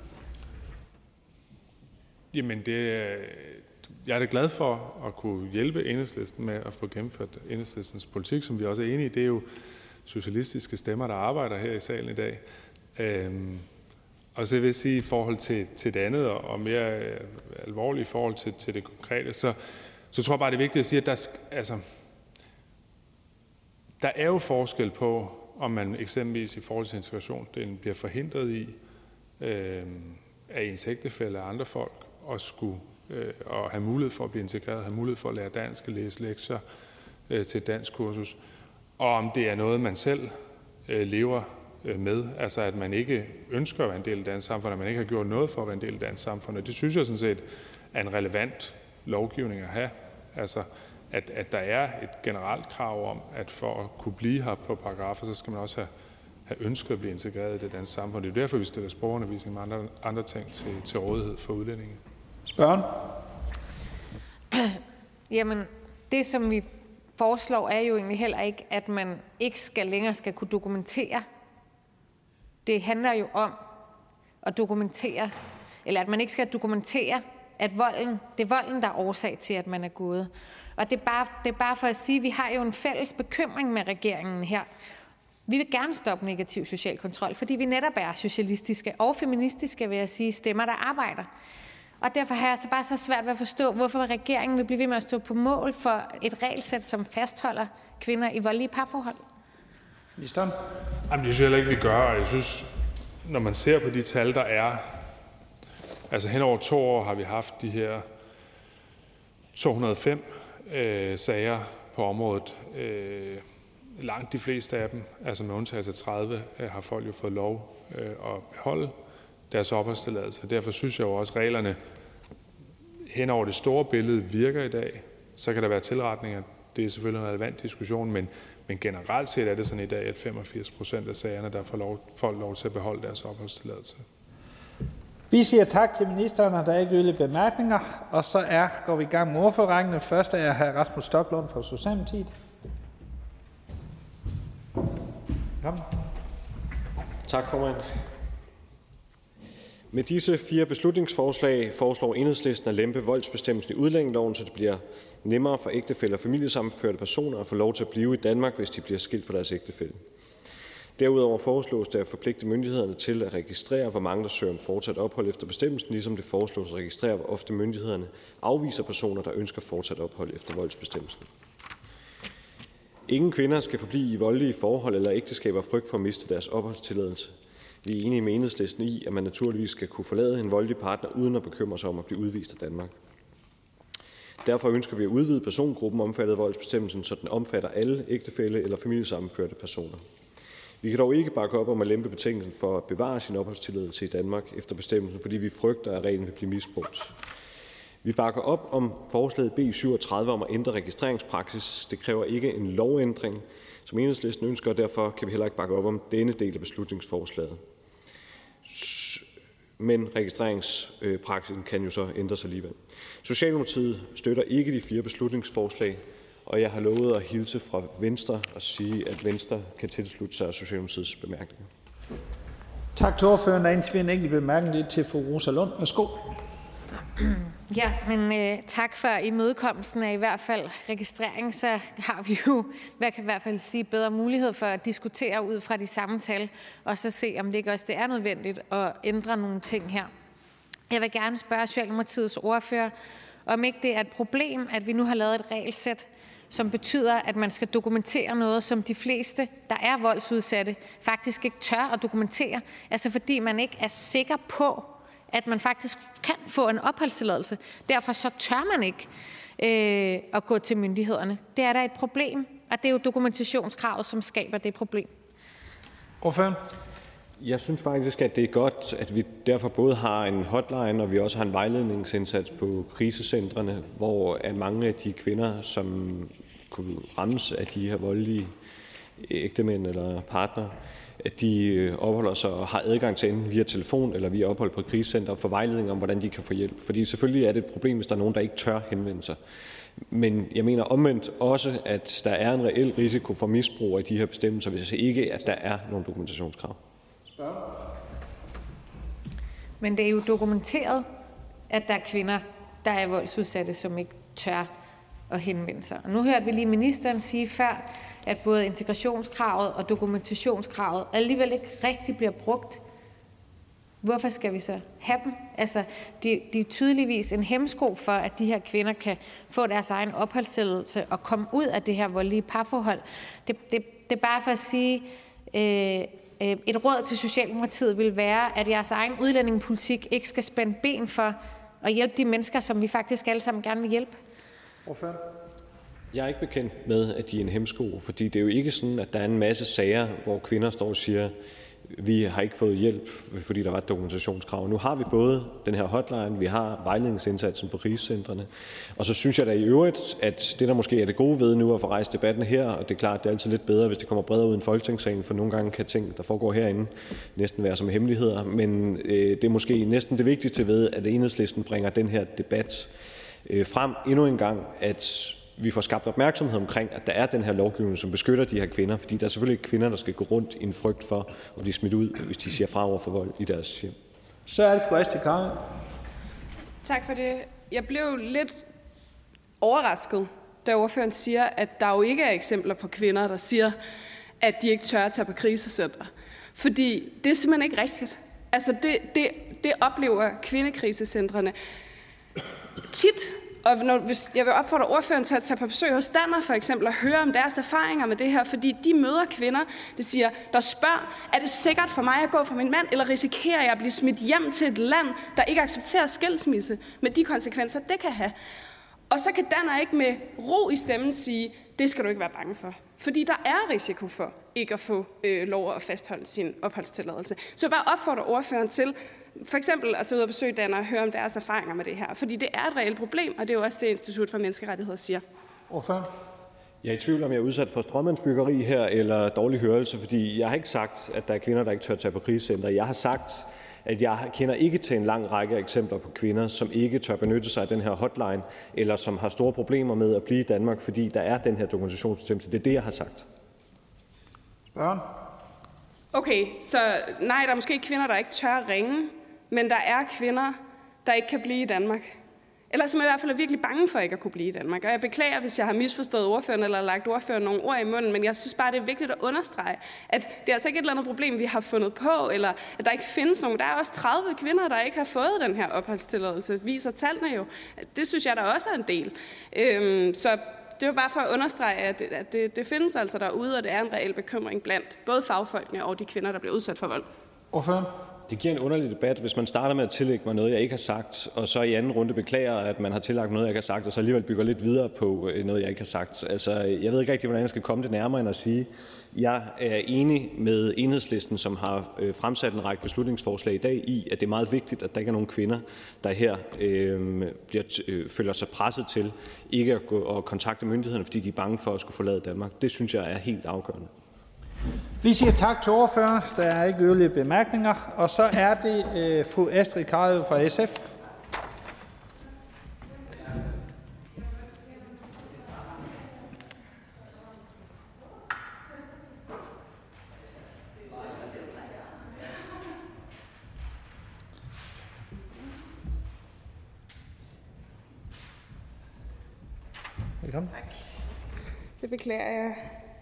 Jamen, jeg er da glad for at kunne hjælpe Enhedslisten med at få gennemført Enhedslistens politik, som vi også er enige i. Det er jo socialistiske stemmer, der arbejder her i salen i dag. Og så vil jeg sige, i forhold til det andet og mere alvorligt i forhold til det konkrete, så tror jeg bare, det er vigtigt at sige, at der er jo forskel på, om man eksempelvis i forhold til integrationsdelen bliver forhindret i af ens ægtefælle og andre folk at skulle og have mulighed for at blive integreret, have mulighed for at lære dansk og læse lektier til et dansk kursus, og om det er noget, man selv lever med, altså at man ikke ønsker at være en del af dansk samfund, at man ikke har gjort noget for at være en del af dansk samfund, og det synes jeg sådan set er en relevant lovgivning at have, altså at der er et generelt krav om, at for at kunne blive her på paragraffer, så skal man også have ønsket at blive integreret i det danske samfund. Det er derfor, vi stiller sprogundervisning med andre ting til rådighed for udlændinge. Spørgen? Jamen, det som vi foreslår er jo egentlig heller ikke, at man ikke længere skal kunne dokumentere. Det handler jo om at dokumentere, eller at man ikke skal dokumentere, at det er volden, der er årsag til, at man er gået. Og det er bare for at sige, at vi har jo en fælles bekymring med regeringen her. Vi vil gerne stoppe negativ social kontrol, fordi vi netop er socialistiske og feministiske, vil jeg sige, stemmer, der arbejder. Og derfor har jeg så bare så svært ved at forstå, hvorfor regeringen vil blive ved med at stå på mål for et regelsæt, som fastholder kvinder i voldelige parforhold. Ministeren? Jamen, det synes jeg heller ikke, vi gør, og jeg synes, når man ser på de tal, der er, altså hen over 2 år har vi haft de her 205 sager på området. Langt de fleste af dem, altså med undtagelse af 30, har folk jo fået lov at beholde deres opholdstilladelse. Derfor synes jeg jo også, at reglerne hen over det store billede virker i dag. Så kan der være tilretninger. Det er selvfølgelig en relevant diskussion, men generelt set er det sådan i dag, at 85% af sagerne, der får folk lov til at beholde deres opholdstilladelse. Vi siger tak til ministeren, og der er ikke yderligere bemærkninger. Og så går vi i gang med ordførerrækken. Først er hr. Rasmus Stoklund fra Socialdemokratiet. Kom. Tak, formand. Med disse 4 beslutningsforslag foreslår Enhedslisten at lempe voldsbestemmelsen i udlændingeloven, så det bliver nemmere for ægtefæller og familiesammenførte personer at få lov til at blive i Danmark, hvis de bliver skilt fra deres ægtefælle. Derudover foreslås det at forpligte myndighederne til at registrere, hvor mange der søger om fortsat ophold efter bestemmelsen, ligesom det foreslås at registrere, hvor ofte myndighederne afviser personer, der ønsker fortsat ophold efter voldsbestemmelsen. Ingen kvinder skal forblive i voldelige forhold eller ægteskaber af frygt for at miste deres opholdstilladelse. Vi er enige med Enhedslisten i, at man naturligvis skal kunne forlade en voldelig partner uden at bekymre sig om at blive udvist af Danmark. Derfor ønsker vi at udvide persongruppen omfattet af voldsbestemmelsen, så den omfatter alle ægtefælle- eller familiesammenførte personer. Vi kan dog ikke bakke op om at lempe betingelsen for at bevare sin opholdstilladelse i Danmark efter bestemmelsen, fordi vi frygter, at reglen vil blive misbrugt. Vi bakker op om forslaget B 37 om at ændre registreringspraksis. Det kræver ikke en lovændring, som Enhedslisten ønsker, og derfor kan vi heller ikke bakke op om denne del af beslutningsforslaget. Men registreringspraksis kan jo så ændres alligevel. Socialdemokratiet støtter ikke de 4 beslutningsforslag, og jeg har lovet at hilse fra Venstre og sige, at Venstre kan tilslutte sig Socialdemokratiets bemærkninger. Tak til ordføreren. Der er en enkelt bemærkning lidt til fru Rosa Lund. Værsgo. Ja, men tak for imødekommelsen af i hvert fald registrering, så har vi jo, hvad kan i hvert fald sige, bedre mulighed for at diskutere ud fra de samme tal, og så se, om det ikke også det er nødvendigt at ændre nogle ting her. Jeg vil gerne spørge Socialdemokratiets ordfører, om ikke det er et problem, at vi nu har lavet et regelsæt, som betyder, at man skal dokumentere noget, som de fleste, der er voldsudsatte, faktisk ikke tør at dokumentere. Altså fordi man ikke er sikker på, at man faktisk kan få en opholdstilladelse. Derfor så tør man ikke at gå til myndighederne. Det er da et problem, og det er jo dokumentationskravet, som skaber det problem. Ordføreren? Jeg synes faktisk, at det er godt, at vi derfor både har en hotline, og vi også har en vejledningsindsats på krisecentrene, hvor mange af de kvinder, som kunne rammes af de her voldelige ægtemænd eller partnere, at de opholder sig og har adgang til enten via telefon eller via ophold på et krisecenter for vejledning om, hvordan de kan få hjælp. Fordi selvfølgelig er det et problem, hvis der er nogen, der ikke tør henvende sig. Men jeg mener omvendt også, at der er en reel risiko for misbrug af de her bestemmelser, hvis ikke at der er nogle dokumentationskrav. Men det er jo dokumenteret, at der er kvinder, der er voldsudsatte, som ikke tør at henvende sig. Og nu hørte vi lige ministeren sige før, at både integrationskravet og dokumentationskravet alligevel ikke rigtig bliver brugt. Hvorfor skal vi så have dem? Altså, de er tydeligvis en hæmsko for, at de her kvinder kan få deres egen opholdstilladelse og komme ud af det her voldelige parforhold. Det er bare for at sige, et råd til Socialdemokratiet vil være, at jeres egen udlændingepolitik ikke skal spænde ben for at hjælpe de mennesker, som vi faktisk alle sammen gerne vil hjælpe. Ordføreren? Jeg er ikke bekendt med, at de er en hæmsko, fordi det er jo ikke sådan, at der er en masse sager, hvor kvinder står og siger, vi har ikke fået hjælp, fordi der var et dokumentationskrav. Nu har vi både den her hotline, vi har vejledningsindsatsen på krisecentrene, og så synes jeg da i øvrigt, at det, der måske er det gode ved nu at få rejst debatten her, og det er klart, det er altid lidt bedre, hvis det kommer bredere ud i en folketingssalen, for nogle gange kan ting, der foregår herinde, næsten være som hemmeligheder, men det er måske næsten det vigtigste ved, at Enhedslisten bringer den her debat frem endnu en gang, at vi får skabt opmærksomhed omkring, at der er den her lovgivning, som beskytter de her kvinder, fordi der er selvfølgelig ikke kvinder, der skal gå rundt i en frygt for at blive smidt ud, hvis de siger fra over for vold i deres hjem. Så er det fru Astrid Carøe. Tak for det. Jeg blev lidt overrasket, da ordføreren siger, at der jo ikke er eksempler på kvinder, der siger, at de ikke tør at tage på krisecenter. Fordi det er simpelthen ikke rigtigt. Altså det oplever kvindekrisecentrene tit. Og jeg vil opfordre ordføreren til at tage på besøg hos Danner for eksempel og høre om deres erfaringer med det her, fordi de møder kvinder, der spørger, er det sikkert for mig at gå fra min mand, eller risikerer jeg at blive smidt hjem til et land, der ikke accepterer skilsmisse med de konsekvenser, det kan have. Og så kan Danner ikke med ro i stemmen sige, det skal du ikke være bange for. Fordi der er risiko for ikke at få lov at fastholde sin opholdstilladelse. Så jeg vil bare opfordre ordføreren til for eksempel at tage ud og besøge Danner og høre om deres erfaringer med det her. Fordi det er et reelt problem, og det er jo også det, Institut for Menneskerettigheder siger. Ordføreren? Jeg er i tvivl om, jeg er udsat for stråmandsbyggeri her eller dårlig hørelse, fordi jeg har ikke sagt, at der er kvinder, der ikke tør tage på krisecenter. Jeg har sagt, at jeg kender ikke til en lang række eksempler på kvinder, som ikke tør benytte sig af den her hotline, eller som har store problemer med at blive i Danmark, fordi der er den her dokumentationsbestemmelse. Det er det, jeg har sagt. Spørgen? Okay, så nej, der er måske kvinder, der ikke tør ringe, men der er kvinder, der ikke kan blive i Danmark. Eller som i hvert fald er virkelig bange for ikke at kunne blive i Danmark. Og jeg beklager, hvis jeg har misforstået ordføreren eller lagt ordføreren nogle ord i munden, men jeg synes bare, det er vigtigt at understrege, at det er altså ikke et eller andet problem, vi har fundet på, eller at der ikke findes nogen. Der er også 30 kvinder, der ikke har fået den her opholdstilladelse, viser tallene jo. Det synes jeg, der også er en del. Så det var bare for at understrege, at det findes altså derude, og det er en reel bekymring blandt både fagfolkene og de kvinder, der bliver udsat for vold. Ordføreren? Det giver en underlig debat, hvis man starter med at tillægge mig noget, jeg ikke har sagt, og så i anden runde beklager, at man har tillagt noget, jeg ikke har sagt, og så alligevel bygger lidt videre på noget, jeg ikke har sagt. Altså, jeg ved ikke rigtig, hvordan jeg skal komme det nærmere end at sige, jeg er enig med Enhedslisten, som har fremsat en række beslutningsforslag i dag, i, at det er meget vigtigt, at der ikke er nogen kvinder, der her føler sig presset til ikke at gå og kontakte myndighederne, fordi de er bange for at skulle forlade Danmark. Det synes jeg er helt afgørende. Vi siger tak til ordføreren. Der er ikke yderligere bemærkninger. Og så er det fru Astrid Carøe fra SF. Velkommen. Det beklager jeg.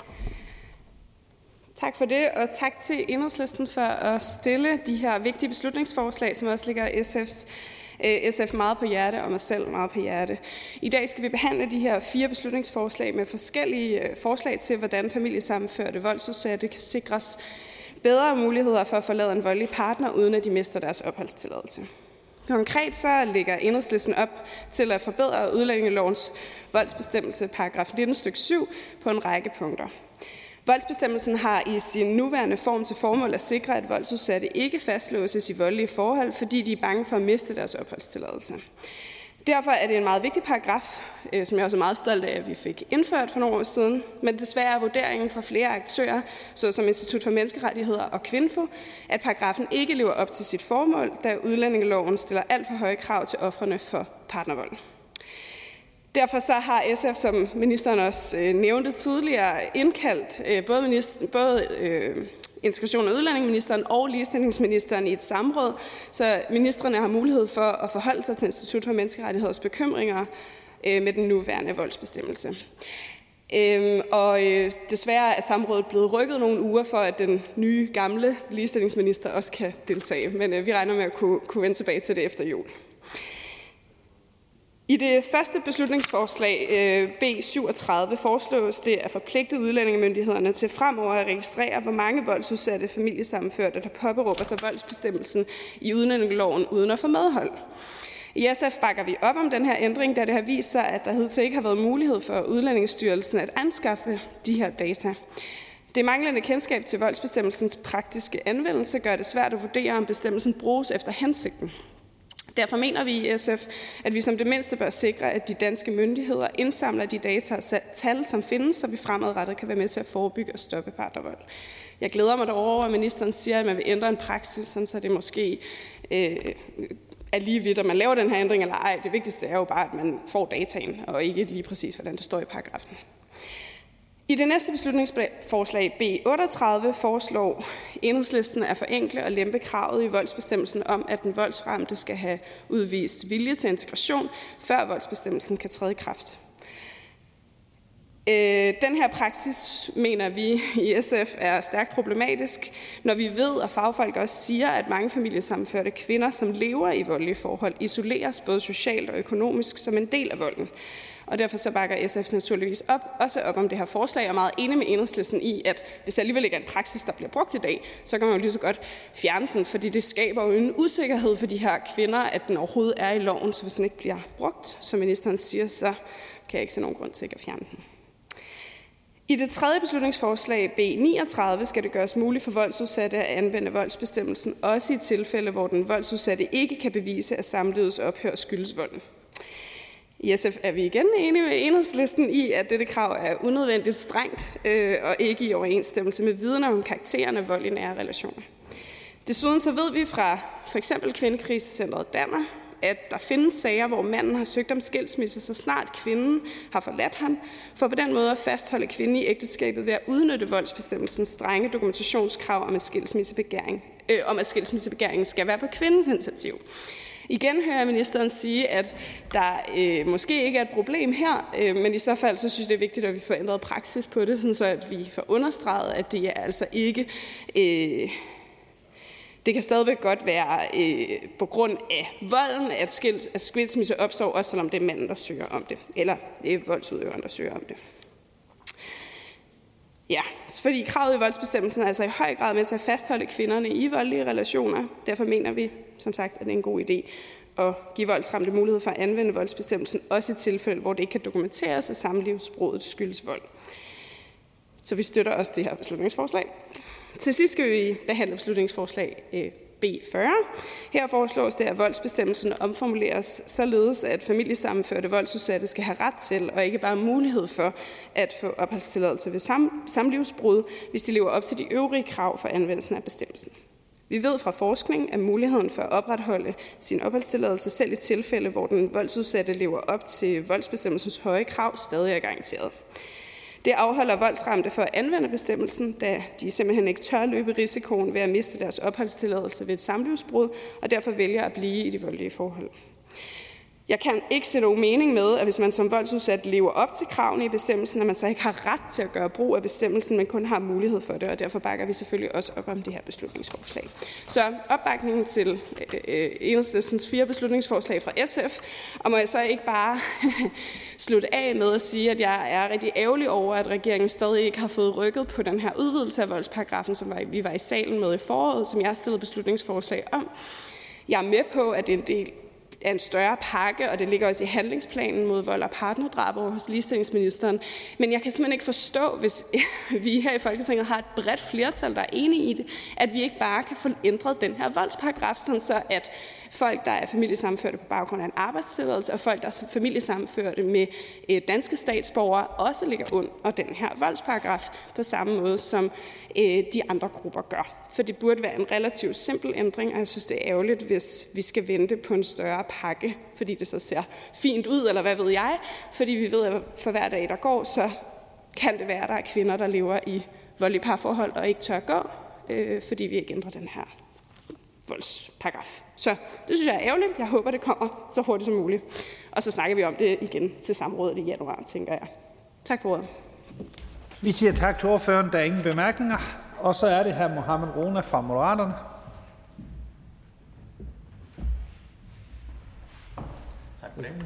Tak for det, og tak til Enhedslisten for at stille de her vigtige beslutningsforslag, som også ligger SF's SF meget på hjerte og mig selv meget på hjerte. I dag skal vi behandle de her 4 beslutningsforslag med forskellige forslag til, hvordan familiesammenførte voldsudsatte kan sikres bedre muligheder for at forlade en voldelig partner, uden at de mister deres opholdstilladelse. Konkret så lægger Enhedslisten op til at forbedre udlændingelovens voldsbestemmelse paragraf 19 stykke 7 på en række punkter. Voldsbestemmelsen har i sin nuværende form til formål at sikre, at voldsudsatte ikke fastlåses i voldelige forhold, fordi de er bange for at miste deres opholdstilladelse. Derfor er det en meget vigtig paragraf, som jeg også er meget stolt af, at vi fik indført for nogle år siden. Men desværre er vurderingen fra flere aktører, såsom Institut for Menneskerettigheder og Kvinfo, at paragrafen ikke lever op til sit formål, da udlændingeloven stiller alt for høje krav til ofrene for partnervold. Derfor så har SF, som ministeren også nævnte tidligere, indkaldt både integrations- og udlændingeministeren og ligestillingsministeren i et samråd, så ministrene har mulighed for at forholde sig til Institut for Menneskerettigheders bekymringer med den nuværende voldsbestemmelse. Desværre er samrådet blevet rykket nogle uger for, at den nye gamle ligestillingsminister også kan deltage, men vi regner med at kunne vende tilbage til det efter jul. I det første beslutningsforslag, B 37, foreslås det at forpligte udlændingemyndighederne til fremover at registrere, hvor mange voldsudsatte familiesammenførte, der påberåber sig voldsbestemmelsen i udlændingeloven uden at få medhold. I SF bakker vi op om den her ændring, da det har vist sig, at der hidtil ikke har været mulighed for Udlændingestyrelsen at anskaffe de her data. Det manglende kendskab til voldsbestemmelsens praktiske anvendelse gør det svært at vurdere, om bestemmelsen bruges efter hensigten. Derfor mener vi i SF, at vi som det mindste bør sikre, at de danske myndigheder indsamler de data og tal, som findes, så vi fremadrettet kan være med til at forebygge og stoppe partnervold. Jeg glæder mig over, at ministeren siger, at man vil ændre en praksis, så det måske er lige vidt, om man laver den her ændring eller ej. Det vigtigste er jo bare, at man får dataen, og ikke lige præcis, hvordan det står i paragrafen. I det næste beslutningsforslag, B 38, foreslår Enhedslisten at forenkle og lempe kravet i voldsbestemmelsen om, at den voldsramte skal have udvist vilje til integration, før voldsbestemmelsen kan træde i kraft. Den her praksis mener vi i SF er stærkt problematisk, når vi ved, og fagfolk også siger, at mange familiesammenførte kvinder, som lever i voldelige forhold, isoleres både socialt og økonomisk som en del af volden. Og derfor så bakker SF naturligvis også op om det her forslag, og er meget enig med Enhedslisten i, at hvis der alligevel ikke er en praksis, der bliver brugt i dag, så kan man jo lige så godt fjerne den, fordi det skaber jo en usikkerhed for de her kvinder, at den overhovedet er i loven, så hvis den ikke bliver brugt, som ministeren siger, så kan jeg ikke se nogen grund til ikke at fjerne den. I det tredje beslutningsforslag, B 39, skal det gøres muligt for voldsudsatte at anvende voldsbestemmelsen, også i tilfælde, hvor den voldsudsatte ikke kan bevise, at samlivets ophør skyldes volden. I SF er vi igen enige med Enhedslisten i, at dette krav er unødvendigt strengt og ikke i overensstemmelse med viden om karakteren af vold i nære relationer. Desuden så ved vi fra f.eks. Kvindekrisecentret Danner, at der findes sager, hvor manden har søgt om skilsmisse, så snart kvinden har forladt ham, for på den måde at fastholde kvinden i ægteskabet ved at udnytte voldsbestemmelsens strenge dokumentationskrav om, at skilsmissebegæringen skal være på kvindens initiativ. Igen hører jeg ministeren sige, at der måske ikke er et problem her, men i så fald så synes jeg, det er vigtigt, at vi får ændret praksis på det, så at vi får understreget, at det er altså ikke... Det kan stadigvæk godt være på grund af volden, at skilsmisse opstår, også selvom det er manden, der søger om det, eller det er voldsudøveren, der søger om det. Ja, fordi kravet i voldsbestemmelsen er altså i høj grad med til at fastholde kvinderne i voldelige relationer. Derfor mener vi, som sagt, at det er en god idé at give voldsramte mulighed for at anvende voldsbestemmelsen, også i tilfælde, hvor det ikke kan dokumenteres, at samlivsbruddet skyldes vold. Så vi støtter også det her beslutningsforslag. Til sidst skal vi behandle beslutningsforslag B 40. Her foreslås det, at voldsbestemmelsen omformuleres således, at familiesammenførte voldsudsatte skal have ret til, og ikke bare mulighed for, at få opholdstilladelse ved samlivsbrud, hvis de lever op til de øvrige krav for anvendelsen af bestemmelsen. Vi ved fra forskning, at muligheden for at opretholde sin opholdstilladelse selv i tilfælde, hvor den voldsudsatte lever op til voldsbestemmelsens høje krav, stadig er garanteret. Det afholder voldsramte for at anvende bestemmelsen, da de simpelthen ikke tør løbe risikoen ved at miste deres opholdstilladelse ved et samlivsbrud, og derfor vælger at blive i de voldelige forhold. Jeg kan ikke se nogen mening med, at hvis man som voldsudsat lever op til kravene i bestemmelsen, at man så ikke har ret til at gøre brug af bestemmelsen, men kun har mulighed for det, og derfor bakker vi selvfølgelig også op om det her beslutningsforslag. Så opbakningen til Enhedslistens 4 beslutningsforslag fra SF, og må jeg så ikke bare slutte af med at sige, at jeg er rigtig ærgerlig over, at regeringen stadig ikke har fået rykket på den her udvidelse af voldsparagrafen, som vi var i salen med i foråret, som jeg stillede beslutningsforslag om. Jeg er med på, at det er en del af en større pakke, og det ligger også i handlingsplanen mod vold og partnerdrab over hos ligestillingsministeren. Men jeg kan simpelthen ikke forstå, hvis vi her i Folketinget har et bredt flertal, der er enige i det, at vi ikke bare kan få ændret den her voldsparagraf, sådan så at folk, der er familiesammenførte på baggrund af en arbejdstilladelse, og folk, der er familiesammenførte med danske statsborgere, også ligger under den her voldsparagraf på samme måde, som de andre grupper gør. For det burde være en relativt simpel ændring, og jeg synes, det er ærgerligt, hvis vi skal vente på en større pakke, fordi det så ser fint ud, eller hvad ved jeg. Fordi vi ved, at for hver dag, der går, så kan det være, at der er kvinder, der lever i voldelige parforhold og ikke tør gå, fordi vi ikke ændrer den her voldsparagraf. Så det synes jeg er ærgerligt. Jeg håber, det kommer så hurtigt som muligt. Og så snakker vi om det igen til samrådet i januar, tænker jeg. Tak for ordet. Vi siger tak til ordføreren. Der er ingen bemærkninger. Og så er det hr. Mohammad Rona fra Moderaterne. Tak for det.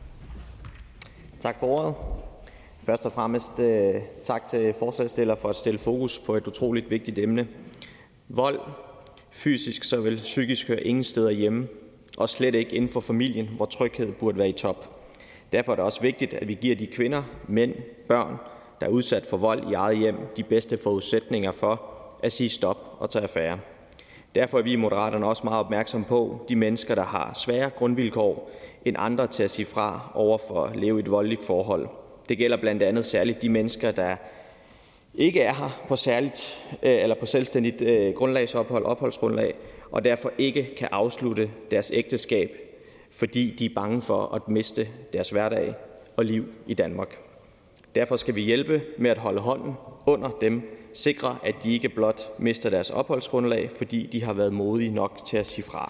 Tak for ordet. Først og fremmest tak til forslagsstillere for at stille fokus på et utroligt vigtigt emne. Vold, fysisk såvel psykisk, hører ingen steder hjemme, og slet ikke inden for familien, hvor tryghed burde være i top. Derfor er det også vigtigt, at vi giver de kvinder, mænd, børn, der er udsat for vold i eget hjem, de bedste forudsætninger for at sige stop og tage affære. Derfor er vi i Moderaterne også meget opmærksomme på de mennesker, der har svære grundvilkår end andre til at sige fra over for at leve i et voldeligt forhold. Det gælder blandt andet særligt de mennesker, der ikke er her på selvstændigt opholdsgrundlag, og derfor ikke kan afslutte deres ægteskab, fordi de er bange for at miste deres hverdag og liv i Danmark. Derfor skal vi hjælpe med at holde hånden under dem, sikre, at de ikke blot mister deres opholdsgrundlag, fordi de har været modige nok til at sige fra.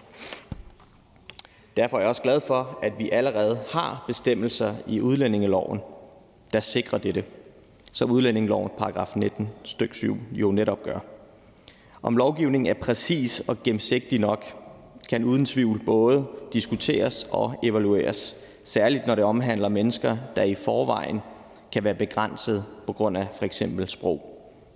Derfor er jeg også glad for, at vi allerede har bestemmelser i udlændingeloven, der sikrer dette, som udlændingeloven paragraf 19 stykke 7 jo netop gør. Om lovgivningen er præcis og gennemsigtig nok, kan uden tvivl både diskuteres og evalueres, særligt når det omhandler mennesker, der i forvejen kan være begrænset på grund af f.eks. sprog.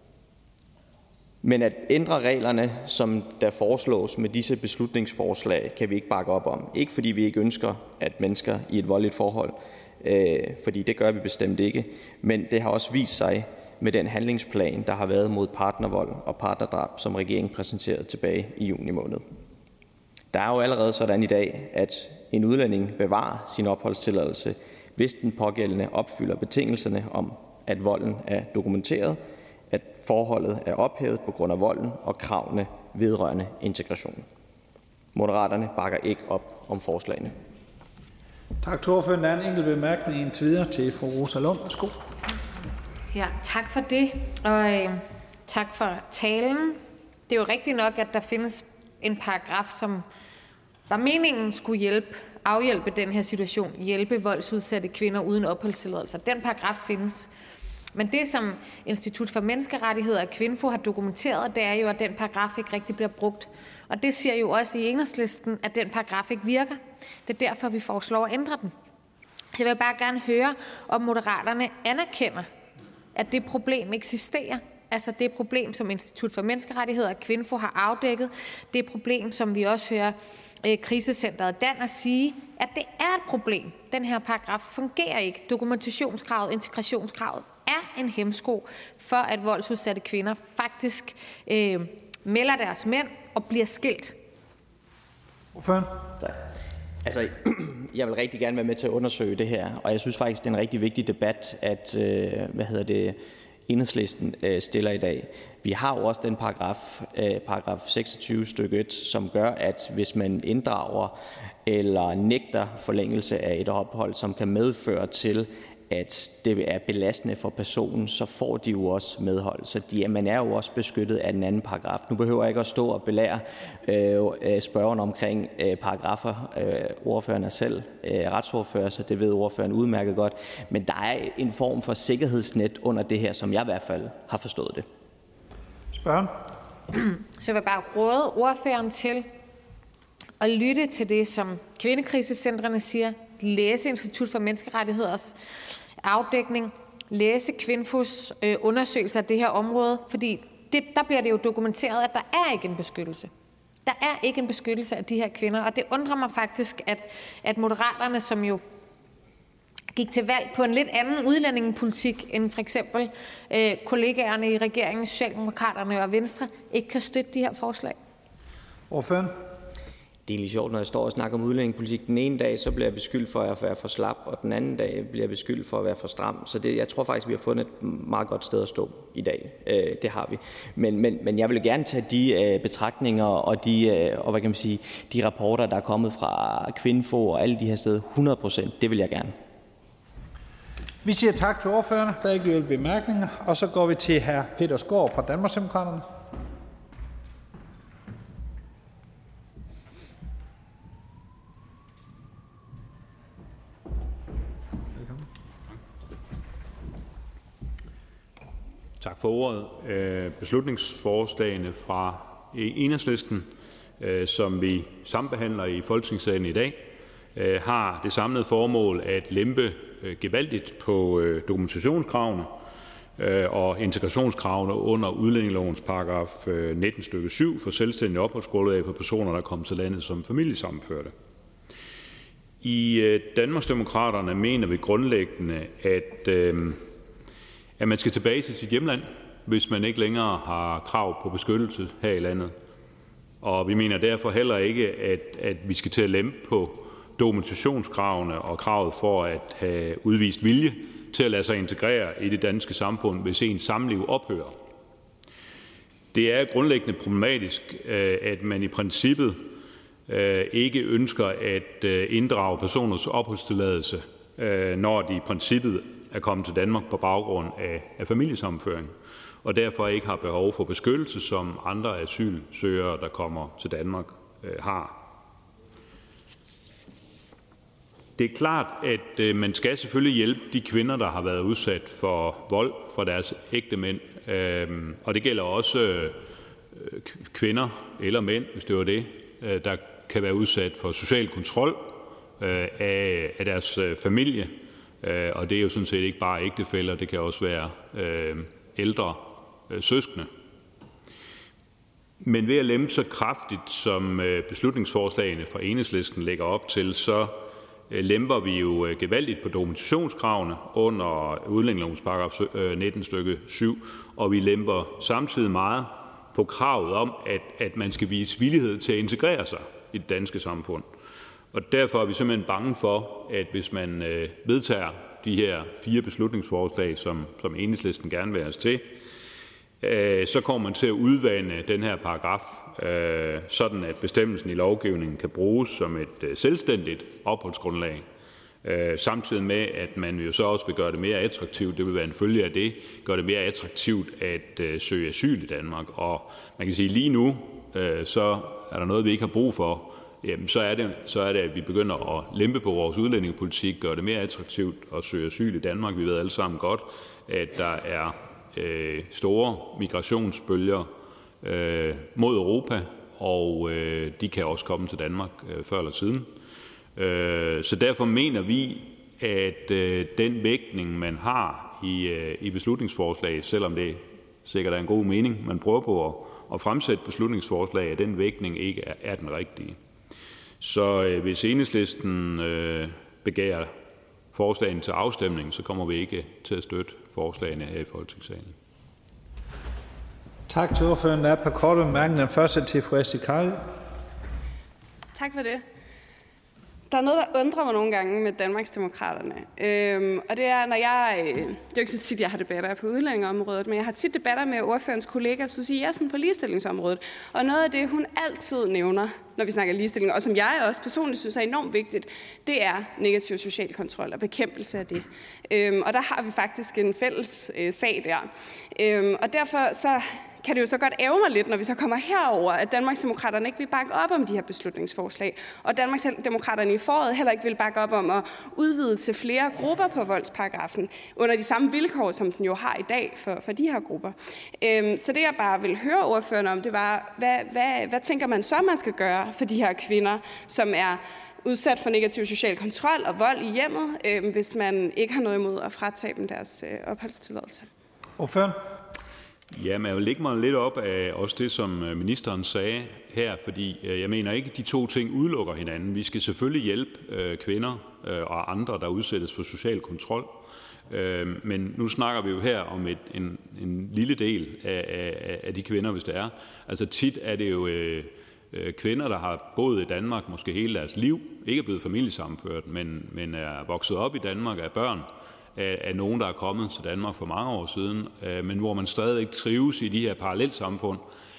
Men at ændre reglerne, som der foreslås med disse beslutningsforslag, kan vi ikke bakke op om. Ikke fordi vi ikke ønsker, at mennesker i et voldeligt forhold, fordi det gør vi bestemt ikke, men det har også vist sig med den handlingsplan, der har været mod partnervold og partnerdrab, som regeringen præsenterede tilbage i juni måned. Der er jo allerede sådan i dag, at en udlænding bevarer sin opholdstilladelse, hvis den pågældende opfylder betingelserne om, at volden er dokumenteret, at forholdet er ophævet på grund af volden og kravene vedrørende integration. Moderaterne bakker ikke op om forslagene. Tak til ordføreren. Der er en enkelt bemærkning indtil videre til fru Rosa Lund. Værsgo. Ja, tak for det, og tak for talen. Det er jo rigtigt nok, at der findes en paragraf, som var meningen skulle afhjælpe den her situation, hjælpe voldsudsatte kvinder uden opholdstilladelser. Den paragraf findes. Men det, som Institut for Menneskerettigheder og Kvinfo har dokumenteret, det er jo, at den paragraf ikke rigtig bliver brugt. Og det siger jo også i Enhedslisten, at den paragraf ikke virker. Det er derfor, vi foreslår at ændre den. Så jeg vil bare gerne høre, om Moderaterne anerkender, at det problem eksisterer. Altså det problem, som Institut for Menneskerettigheder og Kvinfo har afdækket. Det problem, som vi også hører krisecenteret Dan at sige, at det er et problem. Den her paragraf fungerer ikke. Dokumentationskravet, integrationskravet er en hæmsko for, at voldsudsatte kvinder faktisk melder deres mænd og bliver skilt. Ordføreren? Tak. Altså, jeg vil rigtig gerne være med til at undersøge det her, og jeg synes faktisk, det er en rigtig vigtig debat, at Enhedslisten stiller i dag. Vi har jo også den paragraf 26 stykke 1, som gør, at hvis man inddrager eller nægter forlængelse af et ophold, som kan medføre til, at det er belastende for personen, så får de jo også medhold. Så man er jo også beskyttet af den anden paragraf. Nu behøver jeg ikke at stå og belære spørgeren omkring paragrafer. Ordføreren er selv retsordfører, så det ved ordføreren udmærket godt. Men der er en form for sikkerhedsnet under det her, som jeg i hvert fald har forstået det. Spørgeren? Så jeg vil bare råde ordføreren til at lytte til det, som kvindekrisecentrene siger, læse Institut for Menneskerettigheders afdækning, læse Kvinfos undersøgelser af det her område, fordi der bliver det jo dokumenteret, at der ikke er en beskyttelse. Der er ikke en beskyttelse af de her kvinder, og det undrer mig faktisk, at Moderaterne, som jo gik til valg på en lidt anden udlændingepolitik end for eksempel kollegaerne i regeringen, Socialdemokraterne og Venstre, ikke kan støtte de her forslag. Ordføreren? Det er lidt sjovt, når jeg står og snakker om udlændingepolitik. Den ene dag, så bliver jeg beskyldt for at være for slap, og den anden dag bliver jeg beskyldt for at være for stram. Så jeg tror faktisk, vi har fundet et meget godt sted at stå i dag. Det har vi. Men jeg vil gerne tage de betragtninger og og hvad kan man sige, de rapporter, der er kommet fra Kvinfo og alle de her steder, 100%. Det vil jeg gerne. Vi siger tak til ordførerne. Der er ikke yderligere bemærkninger. Og så går vi til hr. Peter Skaarup fra Danmarksdemokraterne. Tak for ordet. Beslutningsforslagene fra Enhedslisten, som vi sambehandler i Folketingssalen i dag, har det samlede formål at lempe gevaldigt på dokumentationskravene og integrationskravene under udlændingelovens paragraf 19 stykke 7 for selvstændig opholdsgrundlag for personer, der er kommet til landet som familiesammenførte. I Danmarksdemokraterne mener vi grundlæggende, at man skal tilbage til sit hjemland, hvis man ikke længere har krav på beskyttelse her i landet. Og vi mener derfor heller ikke, at vi skal til at lempe på dokumentationskravene og kravet for at have udvist vilje til at lade sig integrere i det danske samfund, hvis ens samliv ophører. Det er grundlæggende problematisk, at man i princippet ikke ønsker at inddrage personers opholdstilladelse, når de i princippet er kommet til Danmark på baggrund af familiesammenføring, og derfor ikke har behov for beskyttelse, som andre asylsøgere, der kommer til Danmark, har. Det er klart, at man skal selvfølgelig hjælpe de kvinder, der har været udsat for vold fra deres ægtemænd, og det gælder også kvinder eller mænd, hvis det var det, der kan være udsat for social kontrol af deres familie. Og det er jo sådan set ikke bare ægtefæller, det kan også være ældre søskende. Men ved at lempe så kraftigt, som beslutningsforslagene fra Enhedslisten lægger op til, så lemper vi jo gevaldigt på dokumentationskravene under udlændingelovens paragraf 19 stykke 7, og vi lemper samtidig meget på kravet om, at man skal vise villighed til at integrere sig i det danske samfund. Og derfor er vi simpelthen bange for, at hvis man vedtager de her 4 beslutningsforslag, som Enhedslisten gerne vil have os til, så kommer man til at udvande den her paragraf, sådan at bestemmelsen i lovgivningen kan bruges som et selvstændigt opholdsgrundlag, samtidig med, at man jo så også vil gøre det mere attraktivt, det vil være en følge af det, gøre det mere attraktivt at søge asyl i Danmark. Og man kan sige, at lige nu, så er der noget, vi ikke har brug for, jamen så er det, at vi begynder at lempe på vores udlændingepolitik, gøre det mere attraktivt at søge asyl i Danmark. Vi ved alle sammen godt, at der er store migrationsbølger mod Europa, og de kan også komme til Danmark før eller siden. Så derfor mener vi, at den vægtning, man har i beslutningsforslag, selvom det sikkert er en god mening, man prøver på at fremsætte beslutningsforslag, at den vægtning ikke er den rigtige. Så hvis Enhedslisten begærer forslagene til afstemning, så kommer vi ikke til at støtte forslagene her i Folketingssalen. Tak til ordføreren. Der er et par korte bemærkninger. Den første til fru Astrid Carøe. Tak for det. Der er noget, der undrer mig nogle gange med Danmarksdemokraterne. Og det er, når det er jo ikke så tit, jeg har debatter på udlændingeområdet, men jeg har tit debatter med ordførens kollega Susie Jessen på ligestillingsområdet. Og noget af det, hun altid nævner, når vi snakker ligestilling, og som jeg også personligt synes er enormt vigtigt, det er negativ social kontrol og bekæmpelse af det. Og der har vi faktisk en fælles sag der. Og derfor så kan det jo så godt ærge mig lidt, når vi så kommer herover, at Danmarksdemokraterne ikke vil bakke op om de her beslutningsforslag, og Danmarksdemokraterne i foråret heller ikke vil bakke op om at udvide til flere grupper på voldsparagrafen, under de samme vilkår, som den jo har i dag for de her grupper. Så det, jeg bare vil høre ordføreren om, det var, hvad tænker man så, man skal gøre for de her kvinder, som er udsat for negativ social kontrol og vold i hjemmet, hvis man ikke har noget imod at fratage dem deres opholdstilladelse? Ordføreren? Ja, men jeg vil lægge mig lidt op af også det, som ministeren sagde her, fordi jeg mener ikke, at de to ting udelukker hinanden. Vi skal selvfølgelig hjælpe kvinder og andre, der udsættes for social kontrol. Men nu snakker vi jo her om en lille del af de kvinder, hvis det er. Altså tit er det jo kvinder, der har boet i Danmark måske hele deres liv, ikke er blevet familiesammenført, men er vokset op i Danmark af børn af nogen, der er kommet til Danmark for mange år siden, men hvor man stadig ikke trives i de her parallelsamfund,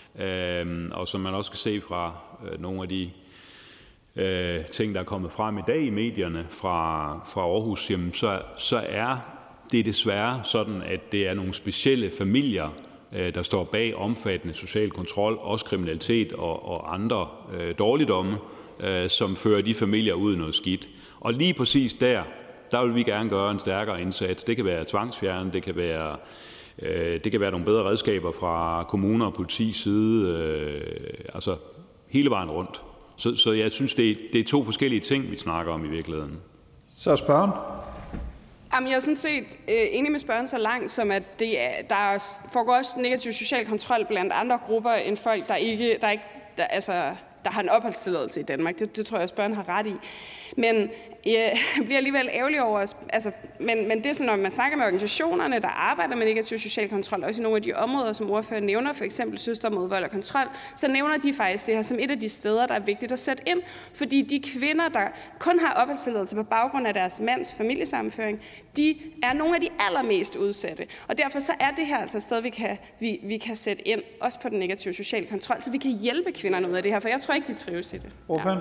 og som man også kan se fra nogle af de ting, der er kommet frem i dag i medierne fra Aarhus, jamen, så er det desværre sådan, at det er nogle specielle familier, der står bag omfattende social kontrol, også kriminalitet og andre dårligdomme, som fører de familier ud i noget skidt. Og lige præcis der vil vi gerne gøre en stærkere indsats. Det kan være tvangsfjerne, det kan være nogle bedre redskaber fra kommuner og politis side, altså hele vejen rundt. Så jeg synes, det er to forskellige ting, vi snakker om i virkeligheden. Så spørgeren. Jamen, jeg er sådan set enig med spørgeren så langt, som at der foregår også negativ social kontrol blandt andre grupper end folk, der har en opholdstilladelse i Danmark. Det tror jeg, spørgeren har ret i. Men jeg bliver alligevel ærgerlig over, men det er sådan, når man snakker med organisationerne, der arbejder med negativ social kontrol, også i nogle af de områder, som ordføreren nævner, for eksempel Søstre mod vold og kontrol, så nævner de faktisk det her som et af de steder, der er vigtigt at sætte ind, fordi de kvinder, der kun har opholdstilladelse på baggrund af deres mands familiesammenføring, de er nogle af de allermest udsatte. Og derfor så er det her altså et sted, vi kan sætte ind, også på den negative social kontrol, så vi kan hjælpe kvinderne ud af det her, for jeg tror ikke, de trives i det. Ordføreren?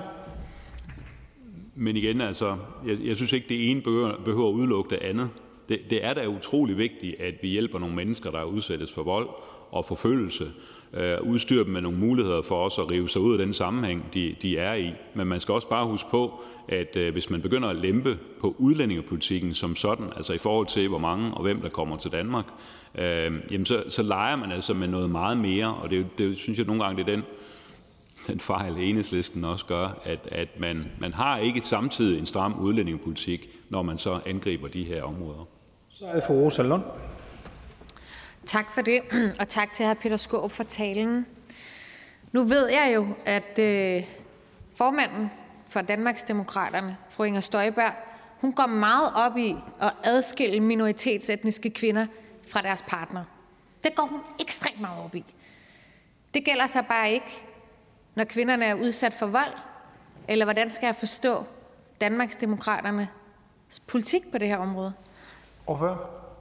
Men igen, altså, jeg synes ikke, det ene behøver at udelukke det andet. Det er da utrolig vigtigt, at vi hjælper nogle mennesker, der udsættes for vold og forfølgelse, udstyrer dem med nogle muligheder for også at rive sig ud af den sammenhæng, de er i. Men man skal også bare huske på, at hvis man begynder at lempe på udlændingepolitikken som sådan, altså i forhold til, hvor mange og hvem der kommer til Danmark, jamen så leger man altså med noget meget mere, og det synes jeg nogle gange, det er den fejl, Enhedslisten også gør, at man har ikke samtidig en stram udlændingepolitik, når man så angriber de her områder. Så er det for Rosa Lund. Tak for det, og tak til hr. Peter Skaarup for talen. Nu ved jeg jo, at formanden for Danmarksdemokraterne, fru Inger Støjberg, hun går meget op i at adskille minoritetsetniske kvinder fra deres partner. Det går hun ekstremt meget op i. Det gælder så bare ikke, når kvinderne er udsat for vold, eller hvordan skal jeg forstå Danmarksdemokraternes politik på det her område? Ordfører?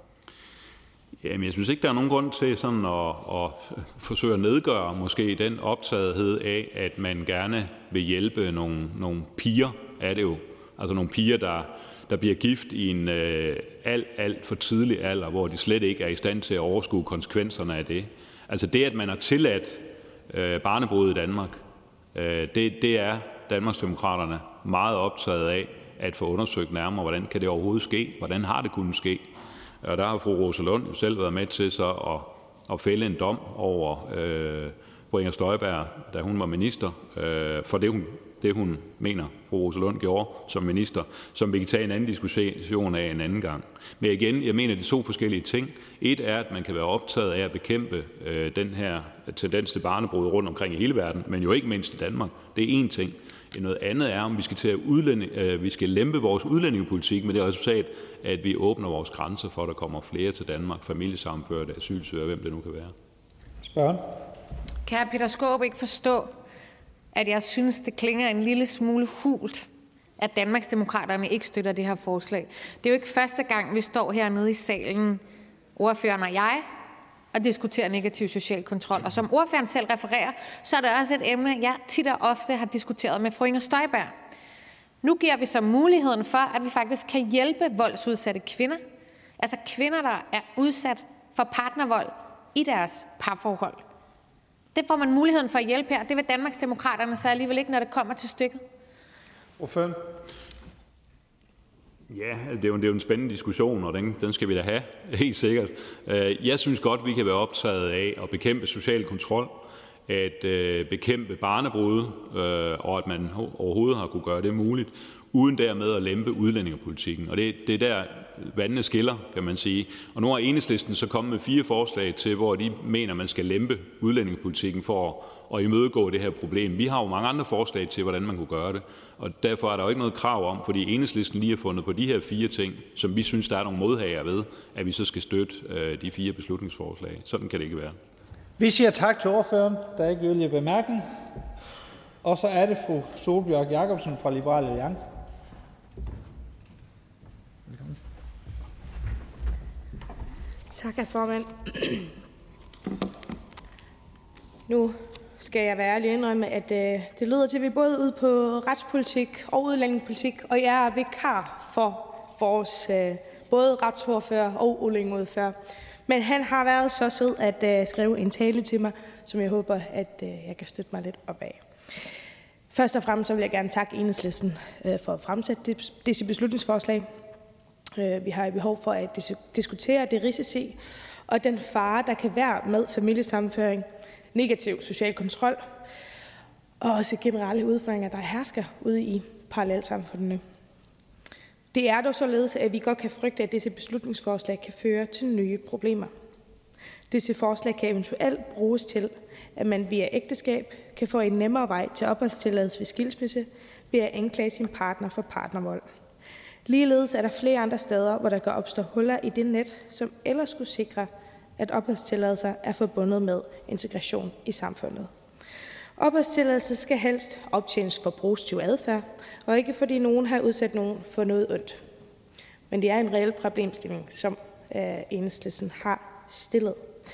Jamen, jeg synes ikke, der er nogen grund til sådan at forsøge at nedgøre måske den optagethed af, at man gerne vil hjælpe nogle piger, er det jo. Altså nogle piger, der bliver gift i en alt for tidlig alder, hvor de slet ikke er i stand til at overskue konsekvenserne af det. Altså det, at man har tilladt barnebrud i Danmark, det er Danmarksdemokraterne meget optaget af at få undersøgt nærmere, hvordan kan det overhovedet ske, hvordan har det kunnet ske. Og der har fru Rosa Lund jo selv været med til så at fælde en dom over fru Inger Støjberg, da hun var minister, for det hun mener, fru Rosa Lund gjorde som minister, som vi kan tage en anden diskussion af en anden gang. Men igen, jeg mener, det er to forskellige ting. Et er, at man kan være optaget af at bekæmpe den her tendens til barnebrud rundt omkring i hele verden, men jo ikke mindst i Danmark. Det er én ting. Noget andet er, om vi skal vi skal lempe vores udlændingepolitik med det resultat, at vi åbner vores grænser for, at der kommer flere til Danmark, familiesammenførte, asylsøgere, hvem det nu kan være. Spørgen? Kan hr. Peter Skaarup ikke forstå, at jeg synes, det klinger en lille smule hult, at Danmarksdemokraterne ikke støtter det her forslag. Det er jo ikke første gang, vi står hernede i salen, ordføreren og jeg, og diskuterer negativ social kontrol. Og som ordføreren selv refererer, så er det også et emne, jeg tit og ofte har diskuteret med fru Inger Støjberg. Nu giver vi så muligheden for, at vi faktisk kan hjælpe voldsudsatte kvinder, altså kvinder, der er udsat for partnervold i deres parforhold. Det får man muligheden for at hjælpe her. Det vil Danmarksdemokraterne så alligevel ikke, når det kommer til stykket. Ordføreren? Ja, det er jo en spændende diskussion, og den skal vi da have, helt sikkert. Jeg synes godt, vi kan være optaget af at bekæmpe social kontrol, at bekæmpe barnebrud, og at man overhovedet har kunne gøre det muligt, uden dermed at lempe udlændingepolitikken. Og det er der, vandene skiller, kan man sige. Og nu har Enhedslisten så kommet med 4 forslag til, hvor de mener, man skal lempe udlændingepolitikken for at imødegå det her problem. Vi har jo mange andre forslag til, hvordan man kunne gøre det. Og derfor er der jo ikke noget krav om, fordi Enhedslisten lige har fundet på de her 4 ting, som vi synes, der er nogle modhager ved, at vi så skal støtte de 4 beslutningsforslag. Sådan kan det ikke være. Vi siger tak til ordføreren. Der er ikke yderligere bemærkning. Og så er det fru Sólbjørg Jakobsen fra Liberal Alliance. Velkommen. Tak, hr. formand. Nu skal jeg være ærlig og indrømme, at det lyder til, at vi både er ude på retspolitik og udlændingepolitik, og jeg er vikar for vores både retsordfører og udlændingeordfører. Men han har været så sød at skrive en tale til mig, som jeg håber, at jeg kan støtte mig lidt op af. Først og fremmest så vil jeg gerne takke Enhedslisten for at fremsætte disse beslutningsforslag. Vi har behov for at diskutere det risici og den fare, der kan være med familiesammenføring, negativ social kontrol og også generelle udfordringer, der hersker ude i parallelsamfundene. Det er dog således, at vi godt kan frygte, at disse beslutningsforslag kan føre til nye problemer. Disse forslag kan eventuelt bruges til, at man via ægteskab kan få en nemmere vej til opholdstilladelse ved skilsmisse ved at anklage sin partner for partnervold. Ligeledes er der flere andre steder, hvor der kan opstå huller i det net, som ellers skulle sikre, at opholdstilladelser er forbundet med integration i samfundet. Opholdstilladelse skal helst optjenes for positiv adfærd, og ikke fordi nogen har udsat nogen for noget ondt. Men det er en reel problemstilling, som Enhedslisten har stillet.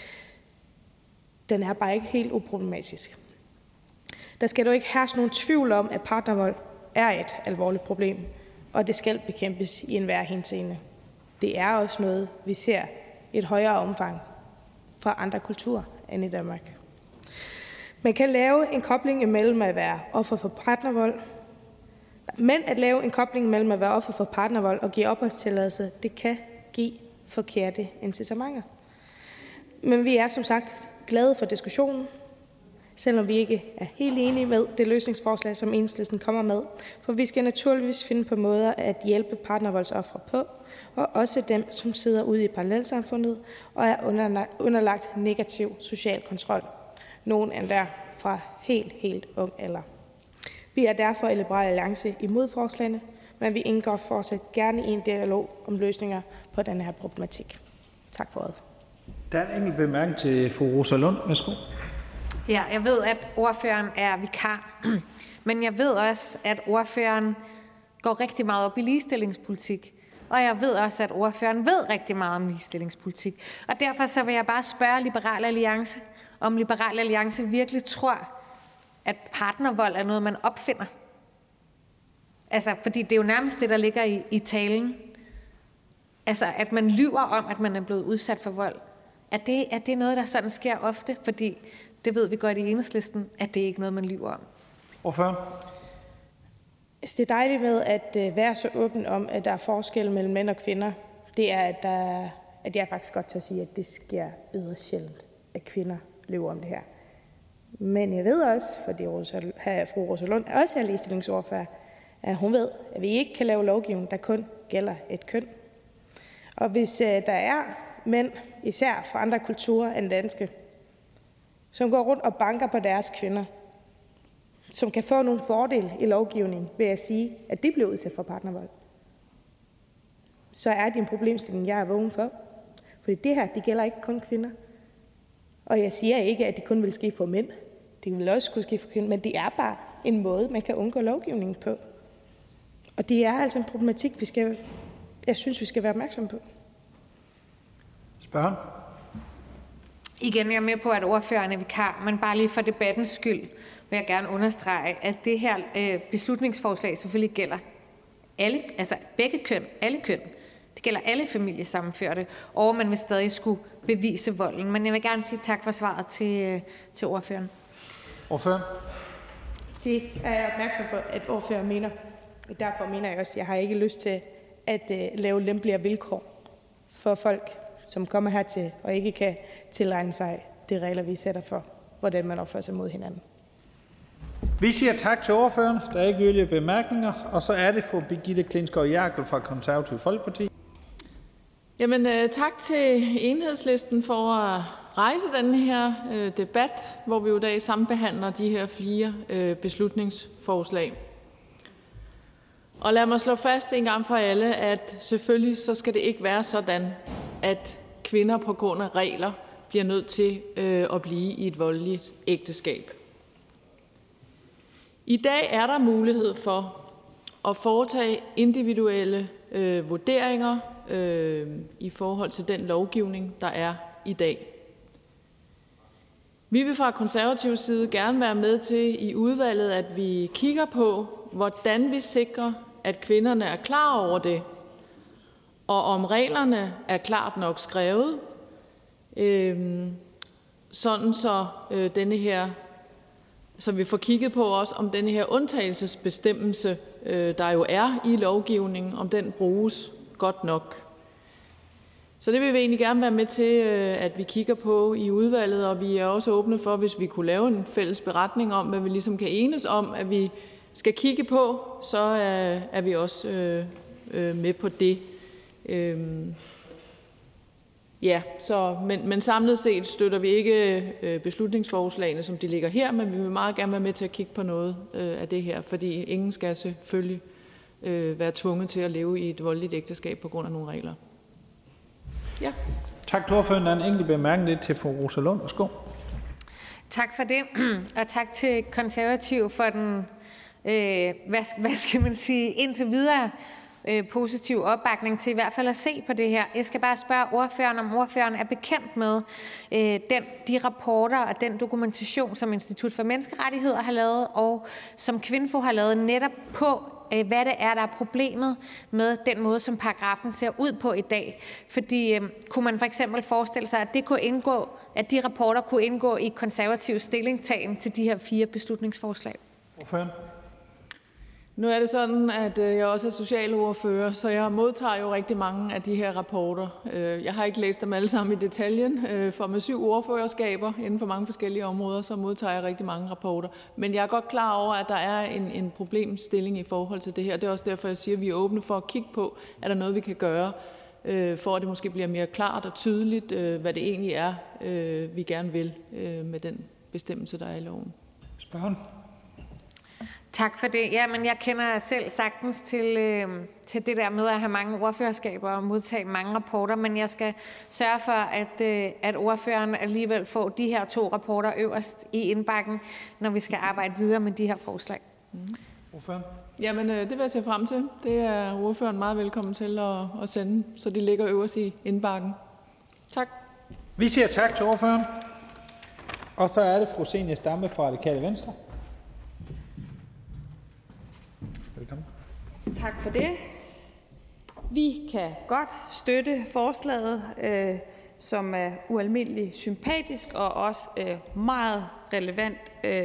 Den er bare ikke helt uproblematisk. Der skal dog ikke herske nogen tvivl om, at partnervold er et alvorligt problem, og det skal bekæmpes i enhver henseende. Det er også noget, vi ser i et højere omfang fra andre kulturer end i Danmark. Man kan lave en kobling imellem at være offer for partnervold, men at lave en kobling mellem at være offer for partnervold og give opholdstilladelse, det kan give forkerte incitamenter. Men vi er som sagt glade for diskussionen, selvom vi ikke er helt enige med det løsningsforslag, som Enhedslisten kommer med. For vi skal naturligvis finde på måder at hjælpe partnervoldsofre på, og også dem, som sidder ude i parallelsamfundet og er underlagt negativ social kontrol. Nogen endda fra helt ung alder. Vi er derfor i Liberal Alliance imod forslagene, men vi indgår fortsat gerne i en dialog om løsninger på den her problematik. Tak for ordet. Der er en enkelt bemærkning til fru Rosa Lund. Værsgo. Ja, jeg ved, at ordføreren er vikar, men jeg ved også, at ordføreren går rigtig meget op i ligestillingspolitik. Og jeg ved også, at ordføreren ved rigtig meget om ligestillingspolitik. Og derfor så vil jeg bare spørge Liberal Alliance, om Liberal Alliance virkelig tror, at partnervold er noget, man opfinder. Altså, fordi det er jo nærmest det, der ligger i talen. Altså, at man lyver om, at man er blevet udsat for vold. Er det noget, der sådan sker ofte? Fordi det ved vi godt i Enhedslisten, at det ikke er noget, man lyver om. Hvorfor? Det er dejligt med at være så åben om, at der er forskel mellem mænd og kvinder. Det er, at jeg faktisk godt til at sige, at det sker yderst sjældent, at kvinder lyver om det her. Men jeg ved også, fordi fru Rosa Lund også er ligestillingsordfører, at hun ved, at vi ikke kan lave lovgivning, der kun gælder et køn. Og hvis der er mænd, især fra andre kulturer end danske, som går rundt og banker på deres kvinder, som kan få nogle fordele i lovgivningen ved at sige, at de bliver udsat for partnervold, så er det en problemstilling, jeg er vågen for. Fordi det her, det gælder ikke kun kvinder. Og jeg siger ikke, at det kun vil ske for mænd. Det vil også kunne ske for kvinder, men det er bare en måde, man kan undgå lovgivningen på. Og det er altså en problematik, jeg synes, vi skal være opmærksomme på. Spørgen? Igen, jeg er med på, at ordføreren er vikar, men bare lige for debattens skyld vil jeg gerne understrege, at det her beslutningsforslag selvfølgelig gælder alle, altså begge køn, alle køn. Det gælder alle familiesammenførte, og man vil stadig skulle bevise volden. Men jeg vil gerne sige tak for svaret til ordføreren. Ordføreren? Det er jeg opmærksom på, at ordføreren mener. Derfor mener jeg også, at jeg har ikke lyst til at lave lempeligere vilkår for folk, som kommer hertil og ikke kan tilegne sig de regler, vi sætter for, hvordan man opfører sig mod hinanden. Vi siger tak til ordføreren. Der er ikke yderligere bemærkninger. Og så er det fru Brigitte Klintskov Jerkel fra Konservative Folkeparti. Jamen, tak til Enhedslisten for at rejse den her debat, hvor vi jo i dag sambehandler de her 4 beslutningsforslag. Og lad mig slå fast en gang for alle, at selvfølgelig så skal det ikke være sådan, at kvinder på grund af regler bliver nødt til at blive i et voldeligt ægteskab. I dag er der mulighed for at foretage individuelle vurderinger i forhold til den lovgivning, der er i dag. Vi vil fra konservativ side gerne være med til i udvalget, at vi kigger på, hvordan vi sikrer, at kvinderne er klar over det, og om reglerne er klart nok skrevet, sådan så denne her, så vi får kigget på også, om denne her undtagelsesbestemmelse, der jo er i lovgivningen, om den bruges godt nok. Så det vil vi egentlig gerne være med til, at vi kigger på i udvalget, og vi er også åbne for, hvis vi kunne lave en fælles beretning om, hvad vi ligesom kan enes om, at vi skal kigge på, så er vi også med på det. Ja, men samlet set støtter vi ikke beslutningsforslagene, som de ligger her, men vi vil meget gerne være med til at kigge på noget af det her, fordi ingen skal selvfølgelig være tvunget til at leve i et voldeligt ægteskab på grund af nogle regler. Ja. Tak til ordføreren. Der er en enkelt bemærkning til fru Rosa Lund. Værsgo. Tak for det, og tak til Konservative for den, hvad skal man sige, indtil videre positiv opbakning til i hvert fald at se på det her. Jeg skal bare spørge ordføreren, om ordføreren er bekendt med de rapporter og den dokumentation, som Institut for Menneskerettigheder har lavet, og som Kvinfo har lavet netop på, hvad det er, der er problemet med den måde, som paragrafen ser ud på i dag. Fordi kunne man for eksempel forestille sig, at de rapporter kunne indgå i konservativ stillingtagen til de her 4 beslutningsforslag? Ordføreren? Nu er det sådan, at jeg også er socialordfører, så jeg modtager jo rigtig mange af de her rapporter. Jeg har ikke læst dem alle sammen i detaljen, for med 7 ordførerskaber inden for mange forskellige områder, så modtager jeg rigtig mange rapporter. Men jeg er godt klar over, at der er en problemstilling i forhold til det her. Det er også derfor, jeg siger, at vi er åbne for at kigge på, er der noget, vi kan gøre, for at det måske bliver mere klart og tydeligt, hvad det egentlig er, vi gerne vil med den bestemmelse, der er i loven. Spørgen? Tak for det. Ja, men jeg kender selv sagtens til det der med at have mange ordførerskaber og modtage mange rapporter, men jeg skal sørge for, at ordføreren alligevel får de her 2 rapporter øverst i indbakken, når vi skal arbejde videre med de her forslag. Ordføreren? Jamen, det vil jeg se frem til. Det er ordføreren meget velkommen til at sende, så de ligger øverst i indbakken. Tak. Vi siger tak til ordføreren. Og så er det fru Zenia Stampe fra Radikale Venstre. Velkommen. Tak for det. Vi kan godt støtte forslaget, som er ualmindeligt sympatisk og også meget relevant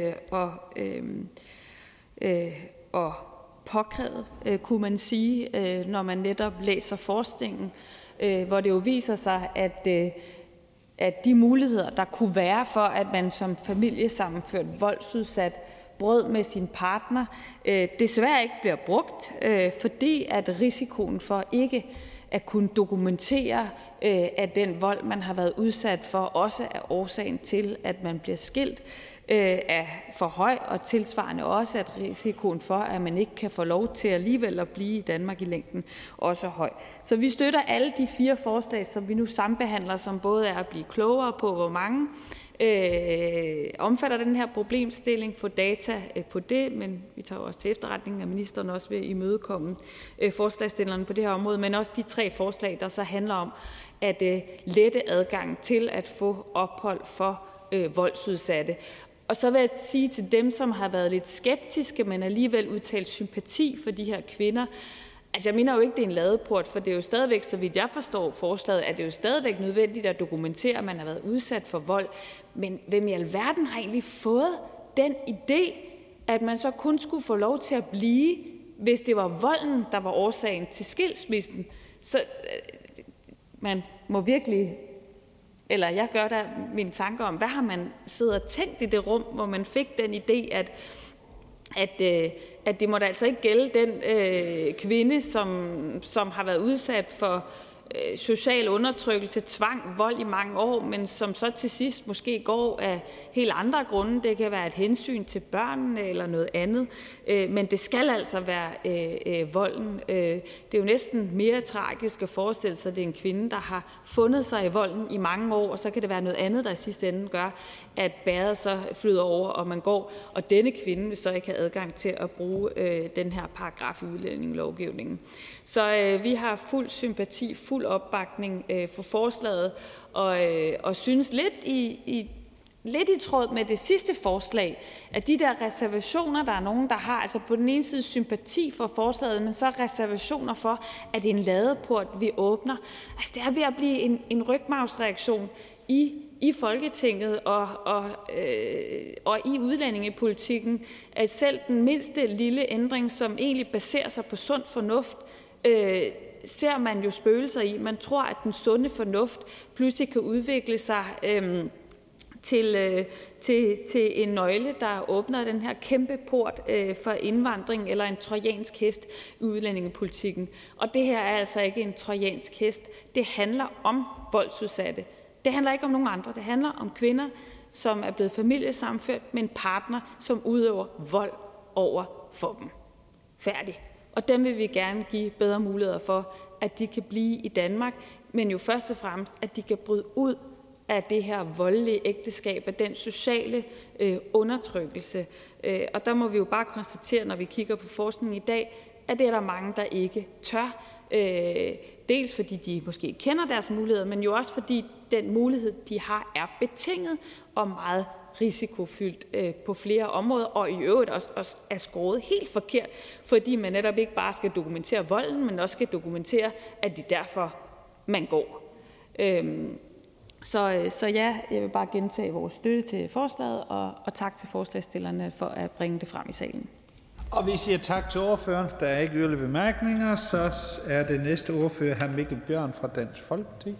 og påkrævet, kunne man sige, når man netop læser forskningen, hvor det jo viser sig, at de muligheder, der kunne være for, at man som familiesammenført voldsudsat brød med sin partner, desværre ikke bliver brugt, fordi at risikoen for ikke at kunne dokumentere, at den vold, man har været udsat for, også er årsagen til, at man bliver skilt, er for høj, og tilsvarende også, at risikoen for, at man ikke kan få lov til alligevel at blive i Danmark i længden, også er høj. Så vi støtter alle de 4 forslag, som vi nu sambehandler, som både er at blive klogere på, hvor mange omfatter den her problemstilling, få data på det, men vi tager også til efterretning, at ministeren også vil imødekomme forslagsstillerne på det her område, men også de 3 forslag, der så handler om at lette adgang til at få ophold for voldsudsatte. Og så vil jeg sige til dem, som har været lidt skeptiske, men alligevel udtalt sympati for de her kvinder, altså jeg mener jo ikke, det er en ladeport, for det er jo stadigvæk, så vidt jeg forstår forslaget, at det er jo stadigvæk nødvendigt at dokumentere, at man har været udsat for vold. Men hvem i alverden har egentlig fået den idé, at man så kun skulle få lov til at blive, hvis det var volden, der var årsagen til skilsmissen? Så man må virkelig, eller jeg gør der mine tanker om, hvad har man siddet og tænkt i det rum, hvor man fik den idé, at det må da altså ikke gælde den kvinde, som har været udsat for social undertrykkelse, tvang, vold i mange år, men som så til sidst måske går af helt andre grunde. Det kan være et hensyn til børnene eller noget andet, men det skal altså være volden. Det er jo næsten mere tragisk at forestille sig, at det er en kvinde, der har fundet sig i volden i mange år, og så kan det være noget andet, der i sidste ende gør, at bæret så flyder over, og man går, og denne kvinde vil så ikke have adgang til at bruge den her paragraf i udlændingelovgivningen. Så vi har fuld sympati, fuld opbakning for forslaget, og synes lidt i tråd med det sidste forslag, at de der reservationer, der er nogen, der har, altså på den ene side sympati for forslaget, men så reservationer for, at det er en ladeport, vi åbner. Altså det er ved at blive en rygmarvsreaktion i Folketinget og i udlændingepolitikken, at selv den mindste lille ændring, som egentlig baserer sig på sund fornuft, ser man jo spøgelser i. Man tror, at den sunde fornuft pludselig kan udvikle sig til en nøgle, der åbner den her kæmpe port for indvandring, eller en trojansk hest i udlændingepolitikken. Og det her er altså ikke en trojansk hest. Det handler om voldsudsatte. Det handler ikke om nogen andre. Det handler om kvinder, som er blevet familiesammenført med en partner, som udøver vold over for dem. Færdig. Og dem vil vi gerne give bedre muligheder for, at de kan blive i Danmark, men jo først og fremmest, at de kan bryde ud af det her voldelige ægteskab, af den sociale undertrykkelse. Og der må vi jo bare konstatere, når vi kigger på forskningen i dag, at det er der mange, der ikke tør. Dels fordi de måske kender deres muligheder, men jo også fordi den mulighed, de har, er betinget og meget risikofyldt på flere områder, og i øvrigt også er skåret helt forkert, fordi man netop ikke bare skal dokumentere volden, men også skal dokumentere, at det er derfor, man går. Så ja, jeg vil bare gentage vores støtte til forslaget, og tak til forslagsstillerne for at bringe det frem i salen. Og vi siger tak til ordføreren. Der er ikke yderligere bemærkninger. Så er det næste ordfører, hr. Mikkel Bjørn fra Dansk Folkeparti.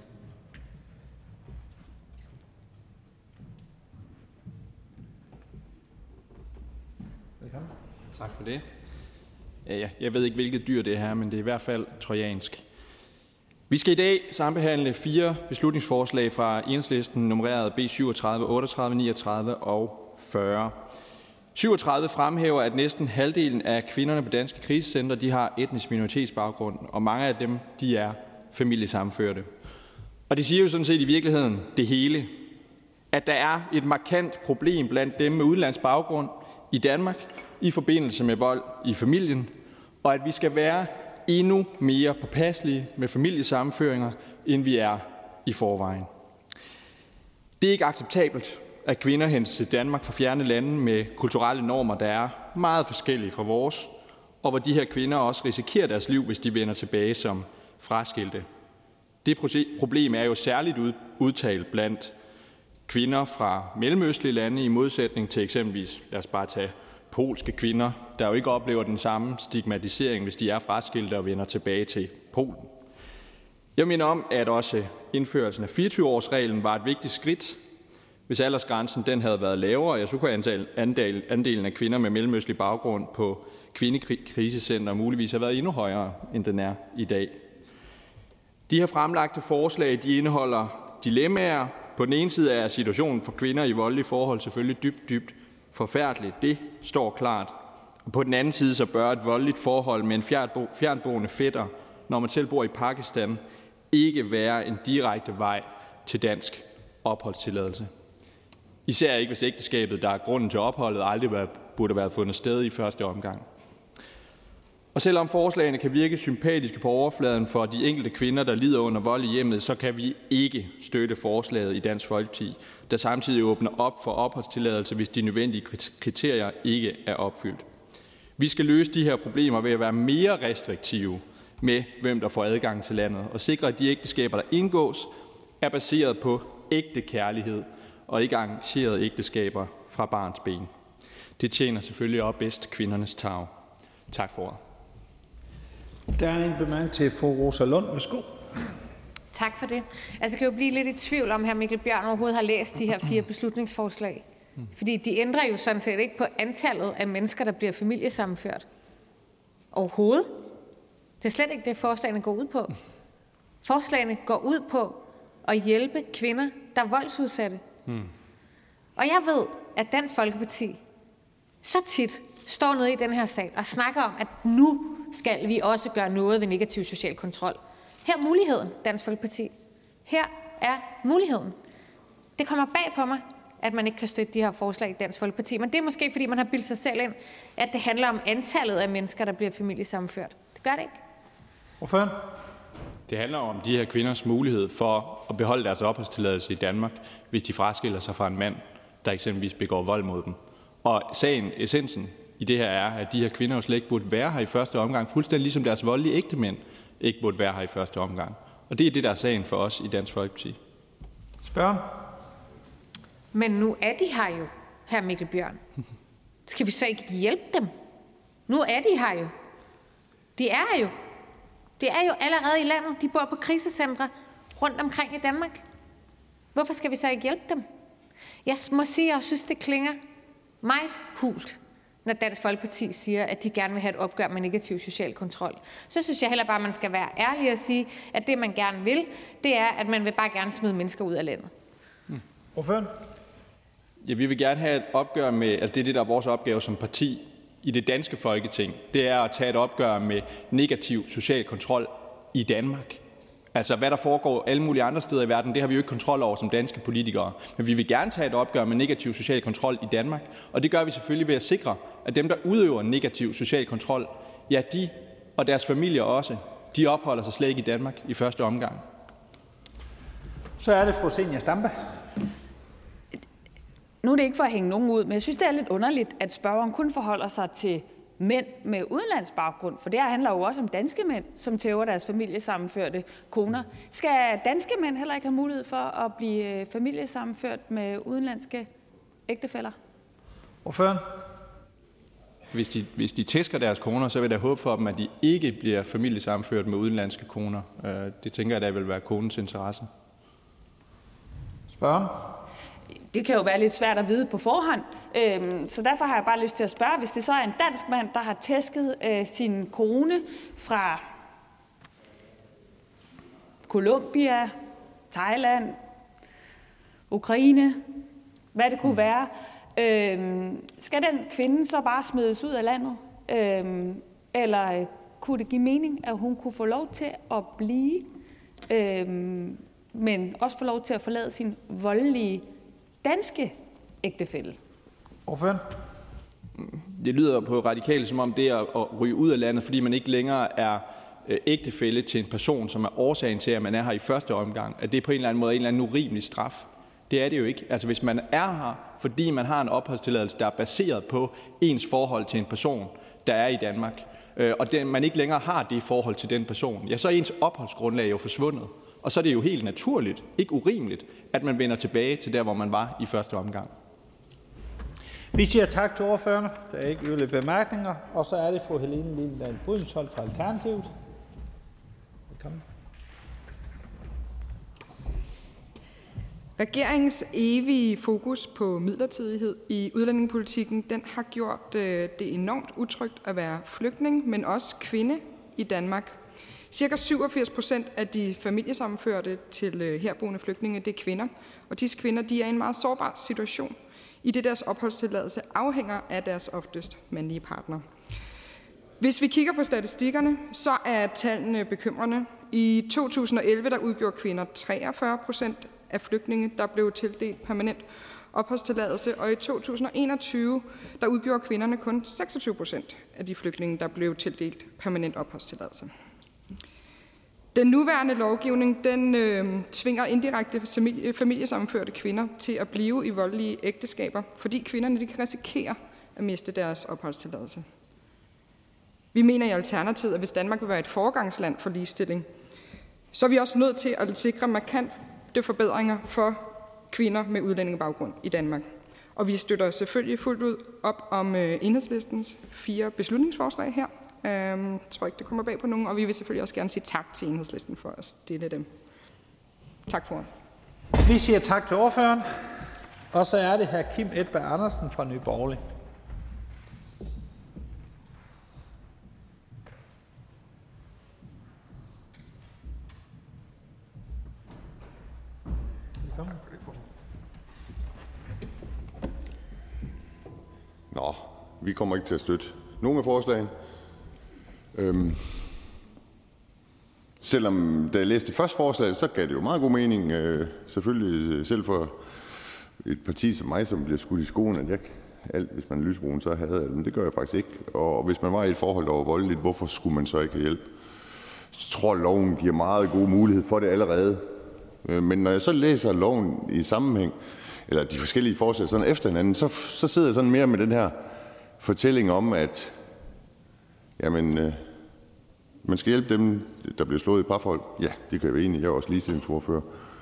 Velkommen. Tak for det. Ja, jeg ved ikke, hvilket dyr det er her, men det er i hvert fald trojansk. Vi skal i dag sambehandle 4 beslutningsforslag fra Enhedslisten, nummereret B 37, 38, 39 og 40. 37 fremhæver, at næsten halvdelen af kvinderne på danske krisecentre, de har etnisk minoritetsbaggrund, og mange af dem, de er familiesammenførte. Og det siger jo sådan set i virkeligheden det hele, at der er et markant problem blandt dem med udenlandsk baggrund i Danmark i forbindelse med vold i familien, og at vi skal være endnu mere påpasselige med familiesammenføringer, end vi er i forvejen. Det er ikke acceptabelt, at kvinder hentes til Danmark fra fjerne lande med kulturelle normer, der er meget forskellige fra vores, og hvor de her kvinder også risikerer deres liv, hvis de vender tilbage som fraskilte. Det problem er jo særligt udtalt blandt kvinder fra mellemøstlige lande, i modsætning til eksempelvis, lad os bare tage polske kvinder, der jo ikke oplever den samme stigmatisering, hvis de er fraskilte og vender tilbage til Polen. Jeg minder om, at også indførelsen af 24-årsreglen var et vigtigt skridt. Hvis aldersgrænsen den havde været lavere, ja, så kunne andelen af kvinder med mellemøstlig baggrund på kvindekrisecenter muligvis have været endnu højere, end den er i dag. De her fremlagte forslag, de indeholder dilemmaer. På den ene side er situationen for kvinder i voldelige forhold selvfølgelig dybt forfærdeligt. Det står klart. Og på den anden side så bør et voldeligt forhold med en fjernboende fætter, når man selv bor i Pakistan, ikke være en direkte vej til dansk opholdstilladelse. Især ikke, hvis ægteskabet, der er grunden til opholdet, aldrig burde være fundet sted i første omgang. Og selvom forslagene kan virke sympatiske på overfladen for de enkelte kvinder, der lider under vold i hjemmet, så kan vi ikke støtte forslaget i Dansk Folkeparti, der samtidig åbner op for opholdstilladelse, hvis de nødvendige kriterier ikke er opfyldt. Vi skal løse de her problemer ved at være mere restriktive med, hvem der får adgang til landet, og sikre, at de ægteskaber, der indgås, er baseret på ægte kærlighed og ikke arrangerede ægteskaber fra barns ben. Det tjener selvfølgelig også bedst kvindernes tarv. Tak for ordet. Der er en bemærkning til fru Rosa Lund. Værsgo. Tak for det. Altså, kan jo blive lidt i tvivl om, hr. Mikkel Bjørn overhovedet har læst de her 4 beslutningsforslag. Fordi de ændrer jo sådan set ikke på antallet af mennesker, der bliver familiesammenført. Overhovedet. Det er slet ikke det, forslagene går ud på. Forslagene går ud på at hjælpe kvinder, der er voldsudsatte. Og jeg ved, at Dansk Folkeparti så tit står nede i den her sal og snakker om, at nu skal vi også gøre noget ved negativ social kontrol. Her er muligheden, Dansk Folkeparti. Her er muligheden. Det kommer bag på mig, at man ikke kan støtte de her forslag i Dansk Folkeparti. Men det er måske, fordi man har bildt sig selv ind, at det handler om antallet af mennesker, der bliver familiesammenført. Det gør det ikke. Hvorfor? Det handler om de her kvinders mulighed for at beholde deres opholdstilladelse i Danmark, hvis de fraskiller sig fra en mand, der eksempelvis begår vold mod dem. Og essensen i det her er, at de her kvinder jo slet ikke burde være her i første omgang, fuldstændig ligesom deres voldelige ægtemænd ikke burde være her i første omgang. Og det er det, der er sagen for os i Dansk Folkeparti. Spørg. Men nu er de her jo, hr. Mikkel Bjørn. Skal vi så ikke hjælpe dem? Nu er de her jo. De er her jo. De er jo allerede i landet. De bor på krisecentre rundt omkring i Danmark. Hvorfor skal vi så ikke hjælpe dem? Jeg må sige, at jeg synes, det klinger meget hult, når Dansk Folkeparti siger, at de gerne vil have et opgør med negativ social kontrol. Så synes jeg heller bare, at man skal være ærlig og sige, at det, man gerne vil, det er, at man vil bare gerne smide mennesker ud af landet. Hvorfor? Ja, vi vil gerne have et opgør med, altså det er det, der er vores opgave som parti i det danske Folketing. Det er at tage et opgør med negativ social kontrol i Danmark. Altså hvad der foregår alle mulige andre steder i verden, det har vi jo ikke kontrol over som danske politikere. Men vi vil gerne tage et opgør med negativ social kontrol i Danmark. Og det gør vi selvfølgelig ved at sikre, at dem, der udøver negativ social kontrol, ja, de og deres familier også, de opholder sig slet ikke i Danmark i første omgang. Så er det fru Zenia Stampe. Nu er det ikke for at hænge nogen ud, men jeg synes, det er lidt underligt, at spørgeren kun forholder sig til mænd med udenlandsbaggrund, for det her handler jo også om danske mænd, som tæver deres familiesammenførte koner. Skal danske mænd heller ikke have mulighed for at blive familiesammenført med udenlandske ægtefæller? Hvorfor? Hvis de tæsker deres koner, så vil jeg håbe for dem, at de ikke bliver familiesammenført med udenlandske koner. Det tænker jeg, der vil være konens interesse. Spørgen? Det kan jo være lidt svært at vide på forhånd, så derfor har jeg bare lyst til at spørge, hvis det så er en dansk mand, der har tæsket sin kone fra Colombia, Thailand, Ukraine, hvad det kunne være, skal den kvinde så bare smides ud af landet? Eller kunne det give mening, at hun kunne få lov til at blive, men også få lov til at forlade sin voldelige danske ægtefælle? Hvorfor? Det lyder på radikale som om det at ryge ud af landet, fordi man ikke længere er ægtefælle til en person, som er årsagen til, at man er her i første omgang, at det på en eller anden måde er en eller anden urimelig straf. Det er det jo ikke. Altså hvis man er her, fordi man har en opholdstilladelse, der er baseret på ens forhold til en person, der er i Danmark, og man ikke længere har det forhold til den person, ja, så er ens opholdsgrundlag jo forsvundet. Og så er det jo helt naturligt, ikke urimeligt, at man vender tilbage til der, hvor man var i første omgang. Vi siger tak til ordførerne. Der er ikke yderligere bemærkninger. Og så er det fru Helene Liliendahl Brydensholt fra Alternativet. Velkommen. Regeringens evige fokus på midlertidighed i udlændingepolitikken, den har gjort det enormt utrygt at være flygtning, men også kvinde i Danmark. Cirka 87% af de familiesammenførte til herboende flygtninge, det er kvinder. Og disse kvinder, de er i en meget sårbar situation, i det deres opholdstilladelse afhænger af deres oftest mandlige partner. Hvis vi kigger på statistikkerne, så er tallene bekymrende. I 2011 der udgjorde kvinder 43% af flygtninge, der blev tildelt permanent opholdstilladelse, og i 2021 der udgjorde kvinderne kun 26% af de flygtninge, der blev tildelt permanent opholdstilladelse. Den nuværende lovgivning tvinger indirekte familiesammenførte kvinder til at blive i voldelige ægteskaber, fordi kvinderne kan risikere at miste deres opholdstilladelse. Vi mener i Alternativet, at hvis Danmark vil være et foregangsland for ligestilling, så er vi også nødt til at sikre markante forbedringer for kvinder med udlændingebaggrund i Danmark. Og vi støtter selvfølgelig fuldt ud op om Enhedslistens 4 beslutningsforslag her. Jeg tror ikke, det kommer bag på nogen, og vi vil selvfølgelig også gerne sige tak til Enhedslisten for at stille dem. Tak for det. Vi siger tak til ordføreren, og så er det hr. Kim Edberg Andersen fra Nye Borgerlige. Nå, vi kommer ikke til at støtte nogen af forslagene. Selvom da jeg læste det første forslag, så gav det jo meget god mening. Selvfølgelig selv for et parti som mig, som bliver skudt i skoen, at hvis man er lysbrun, så havde jeg det. Men det gør jeg faktisk ikke. Og hvis man var i et forhold, der var voldeligt, hvorfor skulle man så ikke have hjælp? Så tror jeg, loven giver meget god mulighed for det allerede. Men når jeg så læser loven i sammenhæng, eller de forskellige forslag sådan efter hinanden, så sidder jeg sådan mere med den her fortælling om, at jamen, man skal hjælpe dem, der bliver slået i parforhold. Ja, det kan jeg være enig i. Jeg er også ligestillingsordfører.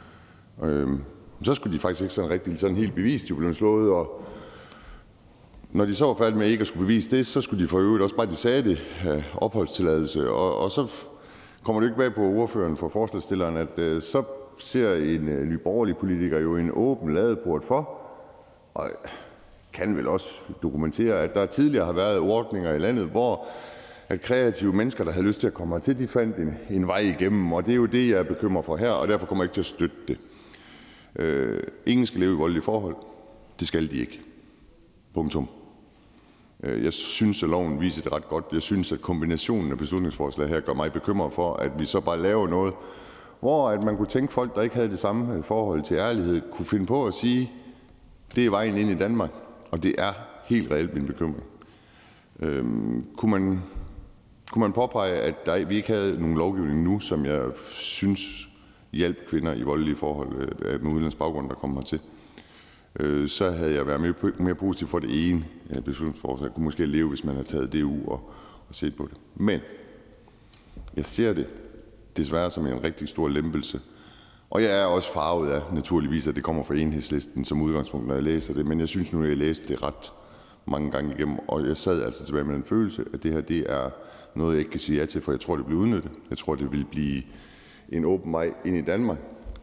Så skulle de faktisk ikke sådan helt bevise, at de blev slået. Og når de så var færdige med ikke at skulle bevise det, så skulle de for øvrigt også bare, de sagde det, have opholdstilladelse. Og så kommer det ikke bag på ordføreren for forslagsstilleren, at så ser en Nye Borgerlige politiker jo en åben ladeport for, og kan vel også dokumentere, at der tidligere har været ordninger i landet, hvor at kreative mennesker, der havde lyst til at komme hertil, de fandt en vej igennem, og det er jo det, jeg er bekymret for her, og derfor kommer jeg ikke til at støtte det. Ingen skal leve i voldelige forhold. Det skal de ikke. Punktum. Jeg synes, at loven viser det ret godt. Jeg synes, at kombinationen af beslutningsforslag her gør mig bekymret for, at vi så bare laver noget, hvor at man kunne tænke, folk, der ikke havde det samme forhold til ærlighed, kunne finde på at sige, det er vejen ind i Danmark, og det er helt reelt min bekymring. Kunne man påpege, at vi ikke havde nogen lovgivning nu, som jeg synes hjalp kvinder i voldelige forhold med udenlandsk baggrund, der kommer hertil, så havde jeg været mere positiv for det ene beslutningsforslag. Jeg kunne måske leve, hvis man havde taget det ud og set på det. Men jeg ser det desværre som en rigtig stor lempelse. Og jeg er også farvet af, naturligvis, at det kommer fra Enhedslisten som udgangspunkt, når jeg læser det. Men jeg synes nu, at jeg læste det ret mange gange igennem. Og jeg sad altså tilbage med den følelse, at det her det er noget, jeg ikke kan sige ja til, for jeg tror, det bliver udnyttet. Jeg tror, det vil blive en åben vej ind i Danmark.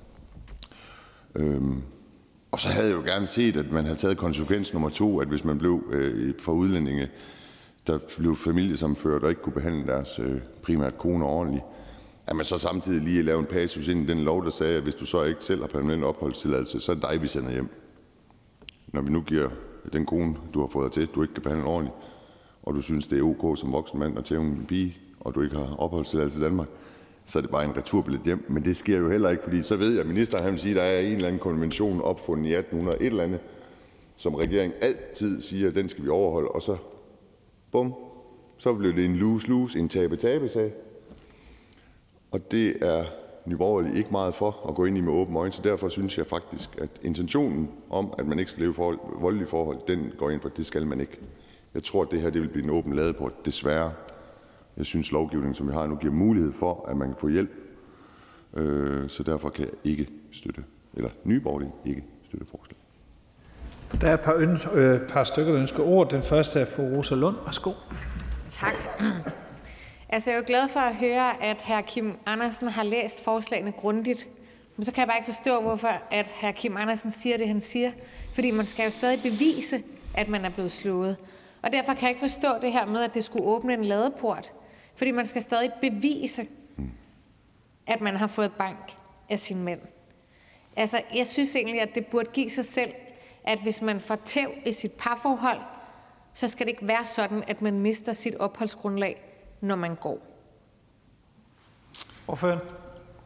Og så havde jeg jo gerne set, at man havde taget konsekvens nummer 2, at hvis man blev for udlændinge, der blev familiesammenført og ikke kunne behandle deres primært kone ordentligt, at man så samtidig lige lavede en passus ind i den lov, der sagde, at hvis du så ikke selv har permanent opholdstilladelse, så er det dig, vi sender hjem. Når vi nu giver den kone, du har fået til, du ikke kan behandle ordentligt, og du synes, det er ok som voksen mand at tæve en pige, og du ikke har opholdstilladelse i Danmark, så er det bare en returbillet hjem. Men det sker jo heller ikke, fordi så ved jeg, at ministeren han vil sige, at der er en eller anden konvention opfundet i 1800 et eller andet, som regeringen altid siger, at den skal vi overholde, og så bum, så blev det en lose-lose, en tabe-tabe-sag. Og det er Nye Borgerlige ikke meget for at gå ind i med åbne øjne, så derfor synes jeg faktisk, at intentionen om, at man ikke skal leve i voldelige forhold, den går ind for, at det skal man ikke. Jeg tror, at det her det vil blive en åben ladeport, desværre. Jeg synes, lovgivningen, som vi har nu, giver mulighed for, at man kan få hjælp. Så derfor kan jeg ikke støtte, eller Nye Borgerlige ikke støtte forslaget. Der er et par stykker, der ønsker ord. Den første er fru Rosa Lund. Værsgo. Tak. Altså, jeg er jo glad for at høre, at hr. Kim Andersen har læst forslagene grundigt. Men så kan jeg bare ikke forstå, hvorfor at hr. Kim Andersen siger det, han siger. Fordi man skal jo stadig bevise, at man er blevet slået. Og derfor kan jeg ikke forstå det her med, at det skulle åbne en ladeport. Fordi man skal stadig bevise, at man har fået bank af sin mænd. Altså, jeg synes egentlig, at det burde give sig selv, at hvis man får tæv i sit parforhold, så skal det ikke være sådan, at man mister sit opholdsgrundlag, når man går. Hvorfor?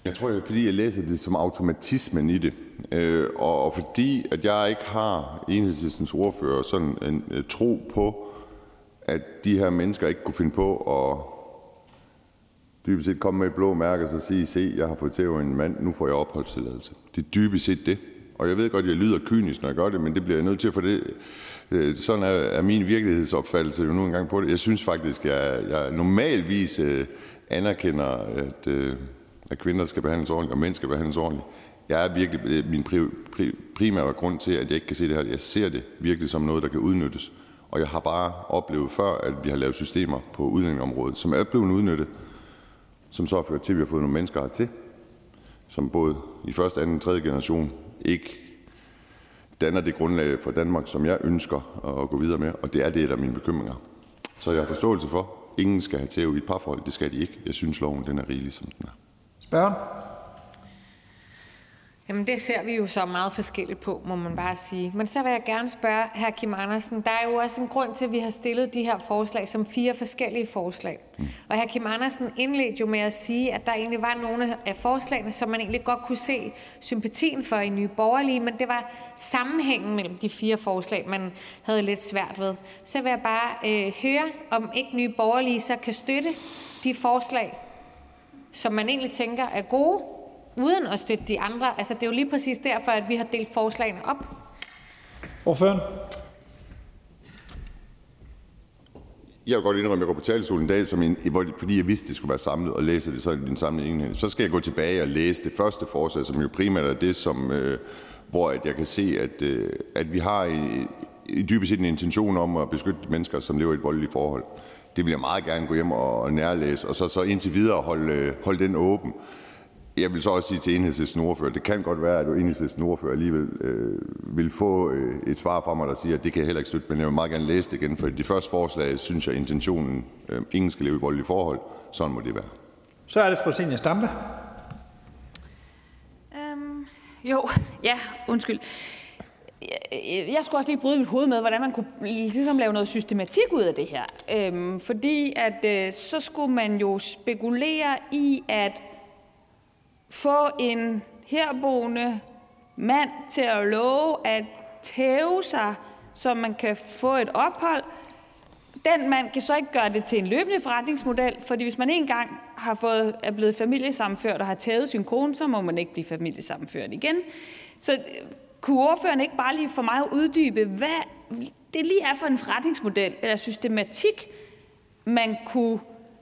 Jeg tror, det er, fordi jeg læser det som automatismen i det. Og fordi at jeg ikke har Enhedslistens ordfører sådan en tro på, at de her mennesker ikke kunne finde på at dybest set komme med et blå mærke og så sige, se, jeg har fået tævet en mand, nu får jeg opholdstilladelse. Det er dybest set det. Og jeg ved godt, jeg lyder kynisk, når jeg gør det, men det bliver jeg nødt til, for det. Sådan er min virkelighedsopfattelse jo nu engang på det. Jeg synes faktisk, jeg normalvis anerkender, at kvinder skal behandles ordentligt, og mænd skal behandles ordentligt. Jeg er virkelig min primære grund til, at jeg ikke kan se det her. Jeg ser det virkelig som noget, der kan udnyttes. Og jeg har bare oplevet før, at vi har lavet systemer på udlændingeområdet, som er blevet udnyttet, som så har ført til, at vi har fået nogle mennesker hertil, som både i første, anden og tredje generation ikke danner det grundlag for Danmark, som jeg ønsker at gå videre med. Og det er det, der er mine bekymringer. Så jeg har forståelse for, at ingen skal have tæv i et parforhold. Det skal de ikke. Jeg synes, loven den er rigelig, som den er. Spørgen? Jamen det ser vi jo så meget forskelligt på, må man bare sige. Men så vil jeg gerne spørge hr. Kim Andersen. Der er jo også en grund til, at vi har stillet de her forslag som 4 forskellige forslag. Og hr. Kim Andersen indledte jo med at sige, at der egentlig var nogle af forslagene, som man egentlig godt kunne se sympatien for i Nye Borgerlige, men det var sammenhængen mellem de 4 forslag, man havde lidt svært ved. Så vil jeg bare høre, om ikke Nye Borgerlige så kan støtte de forslag, som man egentlig tænker er gode, uden at støtte de andre. Altså, det er jo lige præcis derfor, at vi har delt forslagene op. Ordføreren? Jeg vil godt indrømme, at jeg går på talerstolen en dag, fordi jeg vidste, det skulle være samlet, og læse det så i den samlede enhed. Så skal jeg gå tilbage og læse det første forslag, som jo primært er det, hvor at jeg kan se, at vi har i dybest set en intention om at beskytte mennesker, som lever i et voldeligt forhold. Det vil jeg meget gerne gå hjem og nærlæse, og så indtil videre holde den åben. Jeg vil så også sige til Enhedslistens ordfører, det kan godt være, at Enhedslistens ordfører alligevel vil få et svar fra mig, der siger, at det kan jeg heller ikke støtte, men jeg vil meget gerne læse det igen, for det første forslag, synes jeg, intentionen, ingen skal leve i voldelige forhold. Sådan må det være. Så er det fru Zenia Stampe. Undskyld. Jeg skulle også lige bryde mit hoved med, hvordan man kunne ligesom lave noget systematik ud af det her. Fordi at så skulle man jo spekulere i at få en herboende mand til at love at tæve sig, så man kan få et ophold. Den mand kan så ikke gøre det til en løbende forretningsmodel, fordi hvis man engang er blevet familiesammenført og har tævet sin kone, så må man ikke blive familiesammenført igen. Så kunne ordføreren ikke bare lige for mig uddybe, hvad det lige er for en forretningsmodel eller systematik, man kunne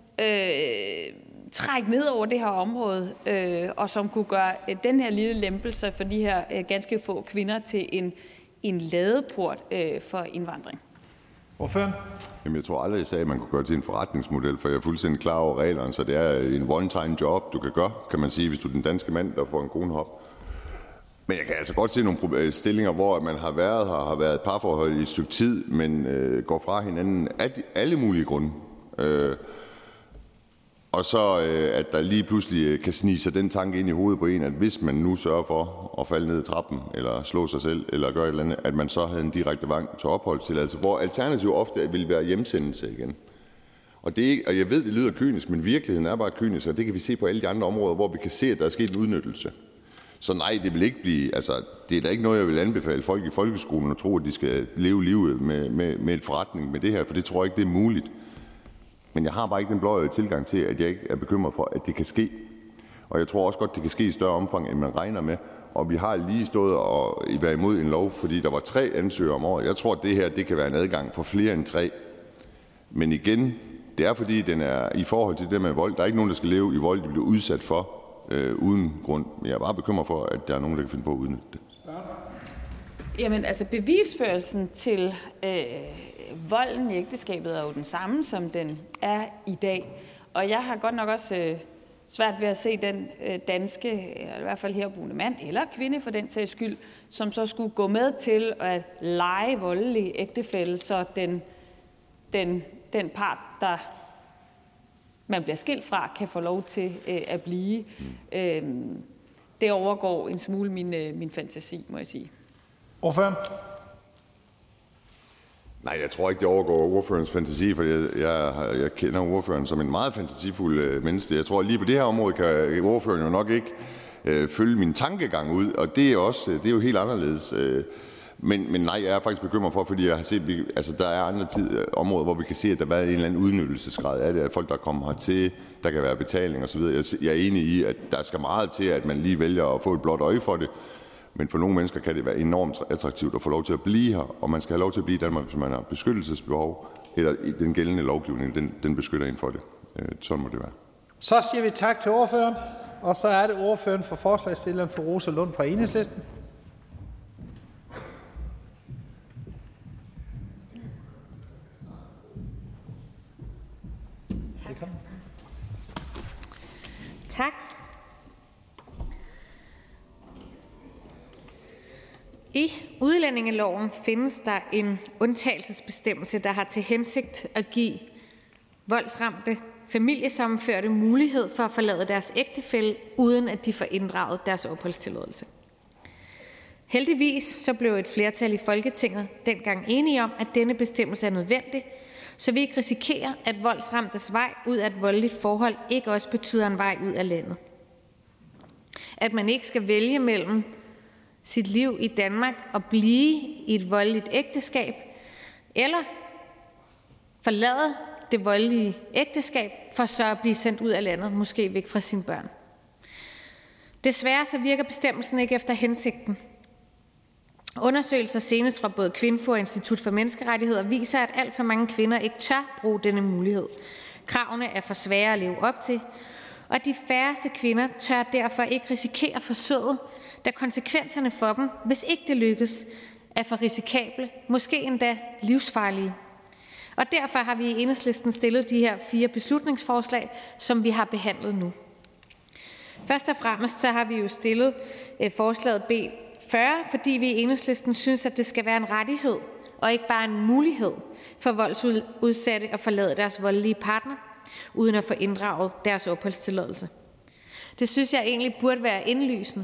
trække ned over det her område, og som kunne gøre den her lille lempelse for de her ganske få kvinder til en ladeport for indvandring? Ordføreren? Jamen, jeg tror aldrig, jeg sagde, at man kunne gøre det til en forretningsmodel, for jeg er fuldstændig klar over reglerne, så det er en one-time job, du kan gøre, kan man sige, hvis du er den danske mand, der får en kone op. Men jeg kan altså godt se nogle stillinger, hvor man har været et parforhold i et stykke tid, men går fra hinanden af alle mulige grunde. Og så at der lige pludselig kan snige sig den tanke ind i hovedet på en, at hvis man nu sørger for at falde ned i trappen, eller slå sig selv, eller gøre et eller andet, at man så havde en direkte vej til opholdstilladelse, hvor alternativet ofte vil være hjemsendelse igen. Og jeg ved, det lyder kynisk, men virkeligheden er bare kynisk, og det kan vi se på alle de andre områder, hvor vi kan se, at der er sket en udnyttelse. Så nej, det vil ikke blive, det er da ikke noget, jeg vil anbefale folk i folkeskolen at tro, at de skal leve livet med et forretning med det her, for det tror jeg ikke, det er muligt. Men jeg har bare ikke den blåøjede tilgang til, at jeg ikke er bekymret for, at det kan ske. Og jeg tror også godt, det kan ske i større omfang, end man regner med. Og vi har lige stået og været imod en lov, fordi der var 3 ansøgere om året. Jeg tror, at det her det kan være en adgang for flere end 3. Men igen, det er fordi, den er i forhold til det med vold. Der er ikke nogen, der skal leve i vold, de bliver udsat for uden grund. Men jeg er bare bekymret for, at der er nogen, der kan finde på at udnytte det. Jamen, altså bevisførelsen til volden i ægteskabet er jo den samme, som den er i dag. Og jeg har godt nok også svært ved at se den danske, eller i hvert fald herboende mand eller kvinde for den sags skyld, som så skulle gå med til at lege voldelig ægtefælle, så den part, der man bliver skilt fra, kan få lov til at blive. Det overgår en smule min fantasi, må jeg sige. Ordføreren? Nej, jeg tror ikke, det overgår ordførerens fantasi, for jeg kender ordføreren som en meget fantasifuld menneske. Jeg tror, lige på det her område kan ordføreren jo nok ikke følge min tankegang ud, og det er jo helt anderledes. Men nej, jeg er faktisk bekymret for, fordi jeg har set, der er andre områder, hvor vi kan se, at der har været en eller anden udnyttelsesgrad af det, at folk, der kommer hertil, der kan være betaling osv. Jeg er enig i, at der skal meget til, at man lige vælger at få et blåt øje for det. Men for nogle mennesker kan det være enormt attraktivt at få lov til at blive her, og man skal have lov til at blive i Danmark, hvis man har beskyttelsesbehov, eller den gældende lovgivning, den beskytter en for det. Sådan må det være. Så siger vi tak til ordføreren, og så er det ordføreren for forslagsstilleren, fru Rosa Lund fra Enhedslisten. Tak. I udlændingeloven findes der en undtagelsesbestemmelse, der har til hensigt at give voldsramte familiesammenførte mulighed for at forlade deres ægtefælle, uden at de får inddraget deres opholdstilladelse. Heldigvis så blev et flertal i Folketinget dengang enige om, at denne bestemmelse er nødvendig, så vi ikke risikerer, at voldsramtes vej ud af et voldeligt forhold ikke også betyder en vej ud af landet. At man ikke skal vælge mellem sit liv i Danmark og blive i et voldeligt ægteskab, eller forlade det voldelige ægteskab for så at blive sendt ud af landet, måske væk fra sine børn. Desværre så virker bestemmelsen ikke efter hensigten. Undersøgelser senest fra både KVINFO og Institut for Menneskerettigheder viser, at alt for mange kvinder ikke tør bruge denne mulighed. Kravene er for svære at leve op til, og de færreste kvinder tør derfor ikke risikere forsøget, da konsekvenserne for dem, hvis ikke det lykkes, er for risikable, måske endda livsfarlige. Og derfor har vi i Enhedslisten stillet de her 4 beslutningsforslag, som vi har behandlet nu. Først og fremmest så har vi jo stillet forslaget B 40, fordi vi i Enhedslisten synes, at det skal være en rettighed og ikke bare en mulighed for voldsudsatte at forlade deres voldelige partner, uden at få inddraget deres opholdstilladelse. Det synes jeg egentlig burde være indlysende.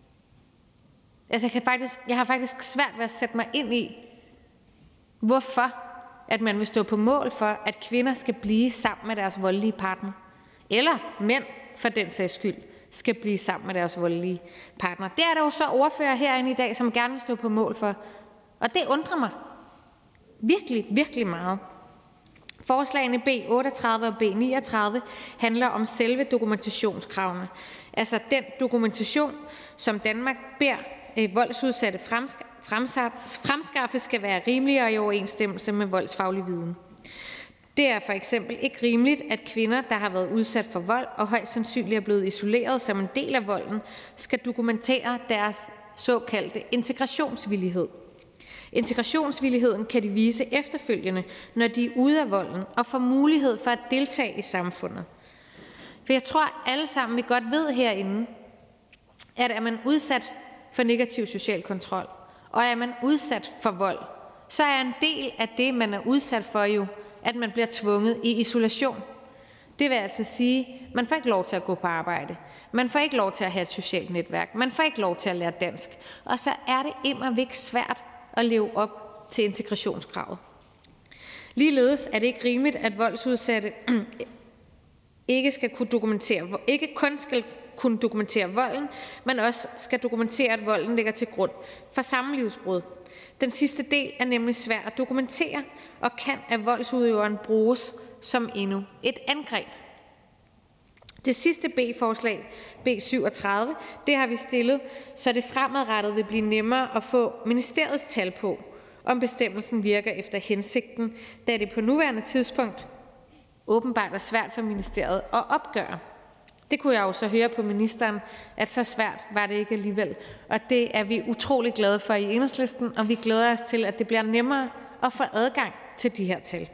Altså, jeg har faktisk svært ved at sætte mig ind i, hvorfor at man vil stå på mål for, at kvinder skal blive sammen med deres voldelige partner. Eller mænd, for den sags skyld, skal blive sammen med deres voldelige partner. Det er der jo så ordfører herinde i dag, som gerne vil stå på mål for. Og det undrer mig virkelig, virkelig meget. Forslagene B 38 og B 39 handler om selve dokumentationskravene. Altså den dokumentation, som Danmark beder voldsudsatte fremskaffe, skal være rimelig og i overensstemmelse med voldsfaglig viden. Det er for eksempel ikke rimeligt, at kvinder, der har været udsat for vold og højst sandsynligt er blevet isoleret som en del af volden, skal dokumentere deres såkaldte integrationsvillighed. Integrationsvilligheden kan de vise efterfølgende, når de er ude af volden og får mulighed for at deltage i samfundet. For jeg tror alle sammen, vi godt ved herinde, at er man udsat for negativ social kontrol, og er man udsat for vold, så er en del af det, man er udsat for jo, at man bliver tvunget i isolation. Det vil altså sige, at man får ikke lov til at gå på arbejde. Man får ikke lov til at have et socialt netværk. Man får ikke lov til at lære dansk. Og så er det immervæk svært at leve op til integrationskravet. Ligeledes er det ikke rimeligt, at voldsudsatte ikke kun skal kunne dokumentere volden, men også skal dokumentere, at volden ligger til grund for samlivsbrud. Den sidste del er nemlig svær at dokumentere, og kan af voldsudøveren bruges som endnu et angreb. Det sidste B-forslag, B 37, det har vi stillet, så det fremadrettet vil blive nemmere at få ministeriets tal på, om bestemmelsen virker efter hensigten, da det på nuværende tidspunkt åbenbart er svært for ministeriet at opgøre. Det kunne jeg jo så høre på ministeren, at så svært var det ikke alligevel. Og det er vi utrolig glade for i Enhedslisten, og vi glæder os til, at det bliver nemmere at få adgang til de her tal.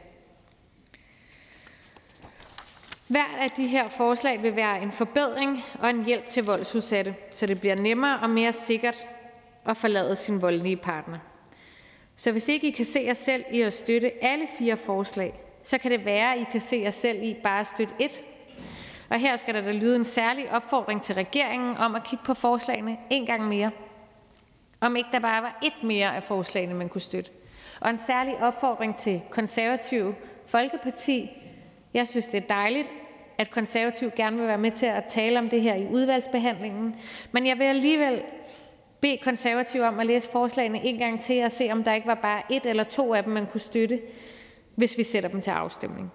Hvert af de her forslag vil være en forbedring og en hjælp til voldsudsatte, så det bliver nemmere og mere sikkert at forlade sin voldelige partner. Så hvis ikke I kan se jer selv i at støtte alle 4 forslag, så kan det være, at I kan se jer selv i bare at støtte 1. Og her skal der da lyde en særlig opfordring til regeringen om at kigge på forslagene en gang mere. Om ikke der bare var 1 mere af forslagene, man kunne støtte. Og en særlig opfordring til Konservative Folkeparti. Jeg synes, det er dejligt, at Konservative gerne vil være med til at tale om det her i udvalgsbehandlingen, men jeg vil alligevel bede Konservative om at læse forslagene en gang til og se, om der ikke var bare 1 eller 2 af dem, man kunne støtte, hvis vi sætter dem til afstemning.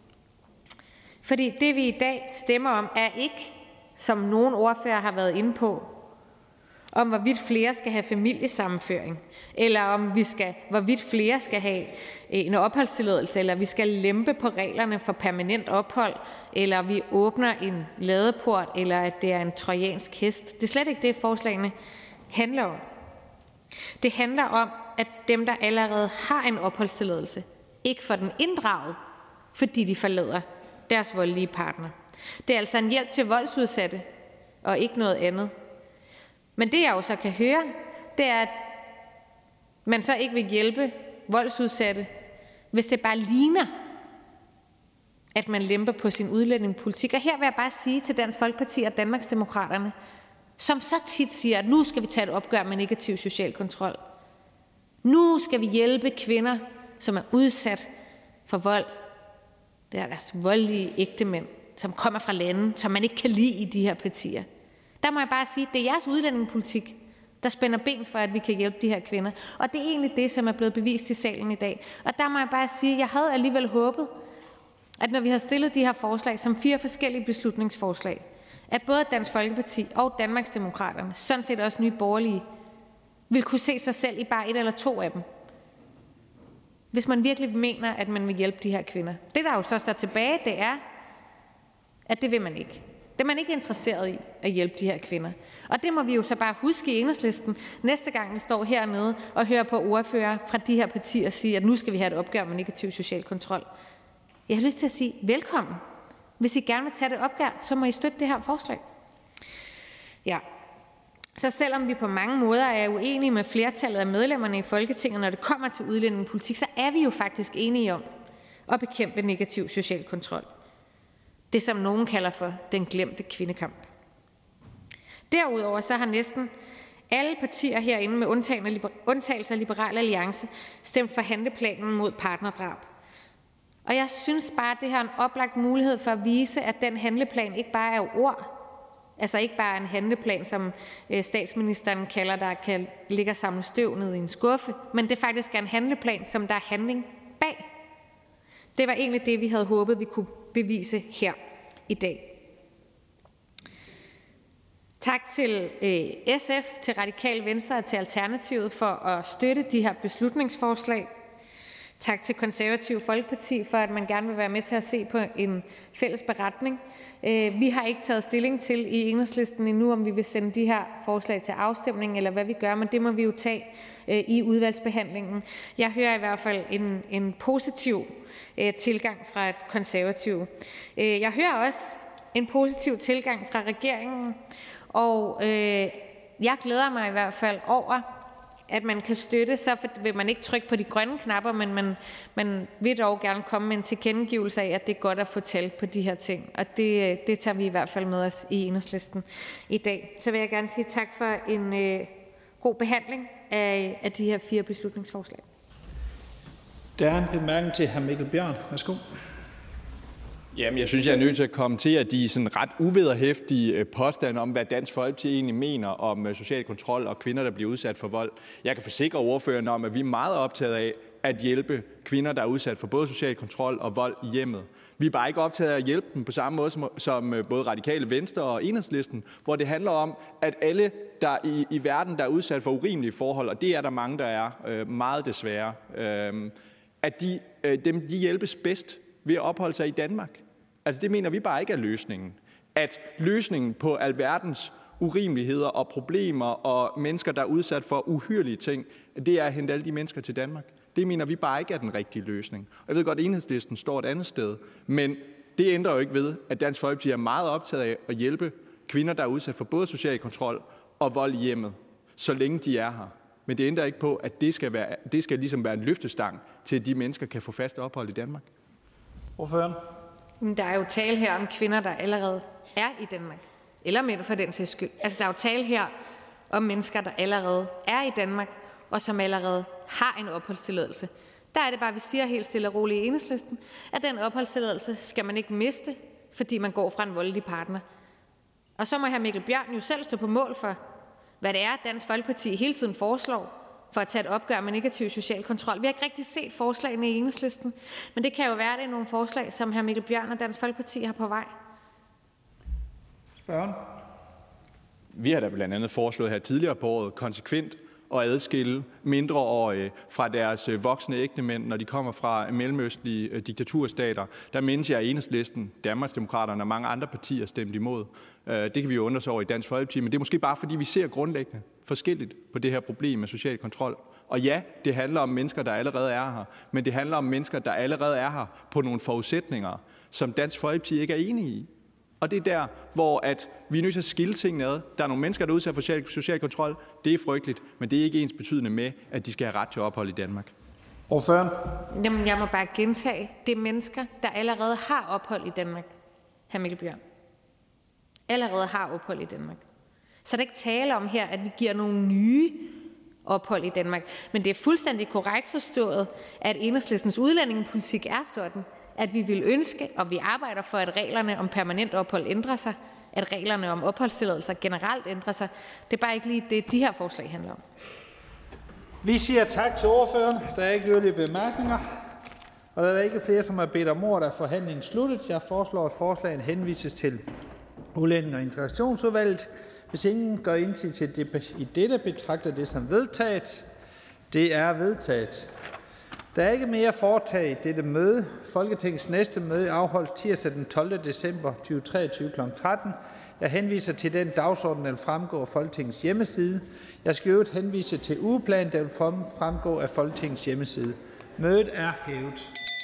Fordi det, vi i dag stemmer om, er ikke, som nogle ordførere har været inde på, om hvorvidt flere skal have familiesammenføring, eller om hvorvidt flere skal have en opholdstilladelse, eller vi skal lempe på reglerne for permanent ophold, eller vi åbner en ladeport, eller at det er en trojansk hest. Det er slet ikke det, forslagene handler om. Det handler om, at dem, der allerede har en opholdstilladelse, ikke får den inddraget, fordi de forlader deres voldelige partner. Det er altså en hjælp til voldsudsatte, og ikke noget andet. Men det, jeg jo så kan høre, det er, at man så ikke vil hjælpe voldsudsatte, hvis det bare ligner, at man lemper på sin udlændingepolitik. Og her vil jeg bare sige til Dansk Folkeparti og Danmarksdemokraterne, som så tit siger, at nu skal vi tage et opgør med negativ social kontrol. Nu skal vi hjælpe kvinder, som er udsat for vold. Det er deres voldelige ægtemænd, som kommer fra lande, som man ikke kan lide i de her partier. Der må jeg bare sige, at det er jeres udlændingepolitik, der spænder ben for, at vi kan hjælpe de her kvinder. Og det er egentlig det, som er blevet bevist i salen i dag. Og der må jeg bare sige, at jeg havde alligevel håbet, at når vi har stillet de her forslag som 4 forskellige beslutningsforslag, at både Dansk Folkeparti og Danmarksdemokraterne, sådan set også Nye Borgerlige, vil kunne se sig selv i bare 1 eller 2 af dem. Hvis man virkelig mener, at man vil hjælpe de her kvinder. Det, der jo så står tilbage, det er, at det vil man ikke. Det er man ikke interesseret i at hjælpe de her kvinder. Og det må vi jo så bare huske i Enhedslisten, næste gang vi står hernede og hører på ordførere fra de her partier sige, at nu skal vi have et opgør med negativ social kontrol. Jeg har lyst til at sige velkommen. Hvis I gerne vil tage det opgør, så må I støtte det her forslag. Ja. Så selvom vi på mange måder er uenige med flertallet af medlemmerne i Folketinget, når det kommer til udlændingepolitik, så er vi jo faktisk enige om at bekæmpe negativ social kontrol. Det, som nogen kalder for den glemte kvindekamp. Derudover så har næsten alle partier herinde med undtagelse af Liberal Alliance stemt for handleplanen mod partnerdrab. Og jeg synes bare, at det her er en oplagt mulighed for at vise, at den handleplan ikke bare er ord, altså ikke bare en handleplan, som statsministeren kalder, der kan ligge og samle støv ned i en skuffe, men det faktisk er en handleplan, som der er handling bag. Det var egentlig det, vi havde håbet, vi kunne bevise her i dag. Tak til SF, til Radikale Venstre og til Alternativet for at støtte de her beslutningsforslag. Tak til Konservative Folkeparti for, at man gerne vil være med til at se på en fælles beretning. Vi har ikke taget stilling til i Enhedslisten endnu, om vi vil sende de her forslag til afstemning, eller hvad vi gør, men det må vi jo tage i udvalgsbehandlingen. Jeg hører i hvert fald en positiv tilgang fra et konservative. Jeg hører også en positiv tilgang fra regeringen, og jeg glæder mig i hvert fald over, at man kan støtte, så vil man ikke trykke på de grønne knapper, men man vil dog gerne komme med en tilkendegivelse af, at det er godt at få tal på de her ting. Og det tager vi i hvert fald med os i Enhedslisten i dag. Så vil jeg gerne sige tak for en god behandling af de her 4 beslutningsforslag. Der er en bemærkning til hr. Mikkel Bjørn. Værsgo. Jamen, jeg synes, jeg er nødt til at kommentere de sådan ret uvederhæftige påstande om, hvad Dansk Folkeparti egentlig mener om social kontrol og kvinder, der bliver udsat for vold. Jeg kan forsikre ordføreren om, at vi er meget optaget af at hjælpe kvinder, der er udsat for både social kontrol og vold i hjemmet. Vi er bare ikke optaget af at hjælpe dem på samme måde som både Radikale Venstre og Enhedslisten, hvor det handler om, at alle der i verden, der er udsat for urimelige forhold, og det er der mange, der er, meget desværre, at de hjælpes bedst ved at opholde sig i Danmark. Altså det mener vi bare ikke er løsningen. At løsningen på alverdens urimeligheder og problemer og mennesker, der er udsat for uhyrlige ting, det er at hente alle de mennesker til Danmark. Det mener vi bare ikke er den rigtige løsning. Og jeg ved godt, at Enhedslisten står et andet sted, men det ændrer jo ikke ved, at Dansk Folkeparti er meget optaget af at hjælpe kvinder, der er udsat for både social kontrol og vold i hjemmet, så længe de er her. Men det ændrer ikke på, at det skal ligesom være en løftestang til, at de mennesker kan få fast ophold i Danmark. Ordføreren? Der er jo tale her om kvinder, der allerede er i Danmark. Eller mænd for den sags skyld. Altså, der er jo tale her om mennesker, der allerede er i Danmark, og som allerede har en opholdstilladelse. Der er det bare, vi siger helt stille og roligt i Enhedslisten, at den opholdstilladelse skal man ikke miste, fordi man går fra en voldelig partner. Og så må hr. Mikkel Bjørn jo selv stå på mål for, hvad det er, Dansk Folkeparti hele tiden foreslår for at tage et opgør med negativ social kontrol. Vi har ikke rigtig set forslagene i Enhedslisten, men det kan jo være, at det er nogle forslag, som hr. Mikkel Bjørn og Dansk Folkeparti har på vej. Spørgen. Vi har da blandt andet foreslået her tidligere på året konsekvent at adskille mindreårige fra deres voksne ægtemænd, når de kommer fra mellemøstlige diktaturstater. Der mindes jeg, at Enhedslisten, Danmarksdemokraterne og mange andre partier stemte imod. Det kan vi jo undre os over i Dansk Folkeparti, men det er måske bare, fordi vi ser grundlæggende forskelligt på det her problem med social kontrol. Og ja, det handler om mennesker, der allerede er her, men det handler om mennesker, der allerede er her på nogle forudsætninger, som Dansk Folkeparti ikke er enige i. Og det er der, hvor vi er nødt til at skille tingene ad. Der er nogle mennesker, der er udsat for social kontrol. Det er frygteligt, men det er ikke ens betydende med, at de skal have ret til ophold i Danmark. Ordføreren. Jamen, jeg må bare gentage. Det er mennesker, der allerede har ophold i Danmark. Hr. Mikkel Bjørn. Allerede har ophold i Danmark. Så er der ikke tale om her, at vi giver nogle nye ophold i Danmark. Men det er fuldstændig korrekt forstået, at Enhedslistens udlændingepolitik er sådan, at vi vil ønske, og vi arbejder for, at reglerne om permanent ophold ændrer sig, at reglerne om opholdstilladelser generelt ændrer sig. Det er bare ikke lige det, de her forslag handler om. Vi siger tak til ordføreren. Der er ikke yderligere bemærkninger. Og da der ikke er flere, som har bedt om ordet, er forhandlingen sluttet. Jeg foreslår, at forslaget henvises til Udlændinge- og Integrationsudvalget. Hvis ingen gør indsigelse i dette, betragter det som vedtaget. Det er vedtaget. Der er ikke mere at foretage i dette møde. Folketingets næste møde afholdes tirsdag den 12. december 2023 kl. 13. Jeg henviser til den dagsorden, der vil fremgå af Folketingets hjemmeside. Jeg skal i øvrigt henvise til ugeplanen, der vil fremgå af Folketingets hjemmeside. Mødet er hævet.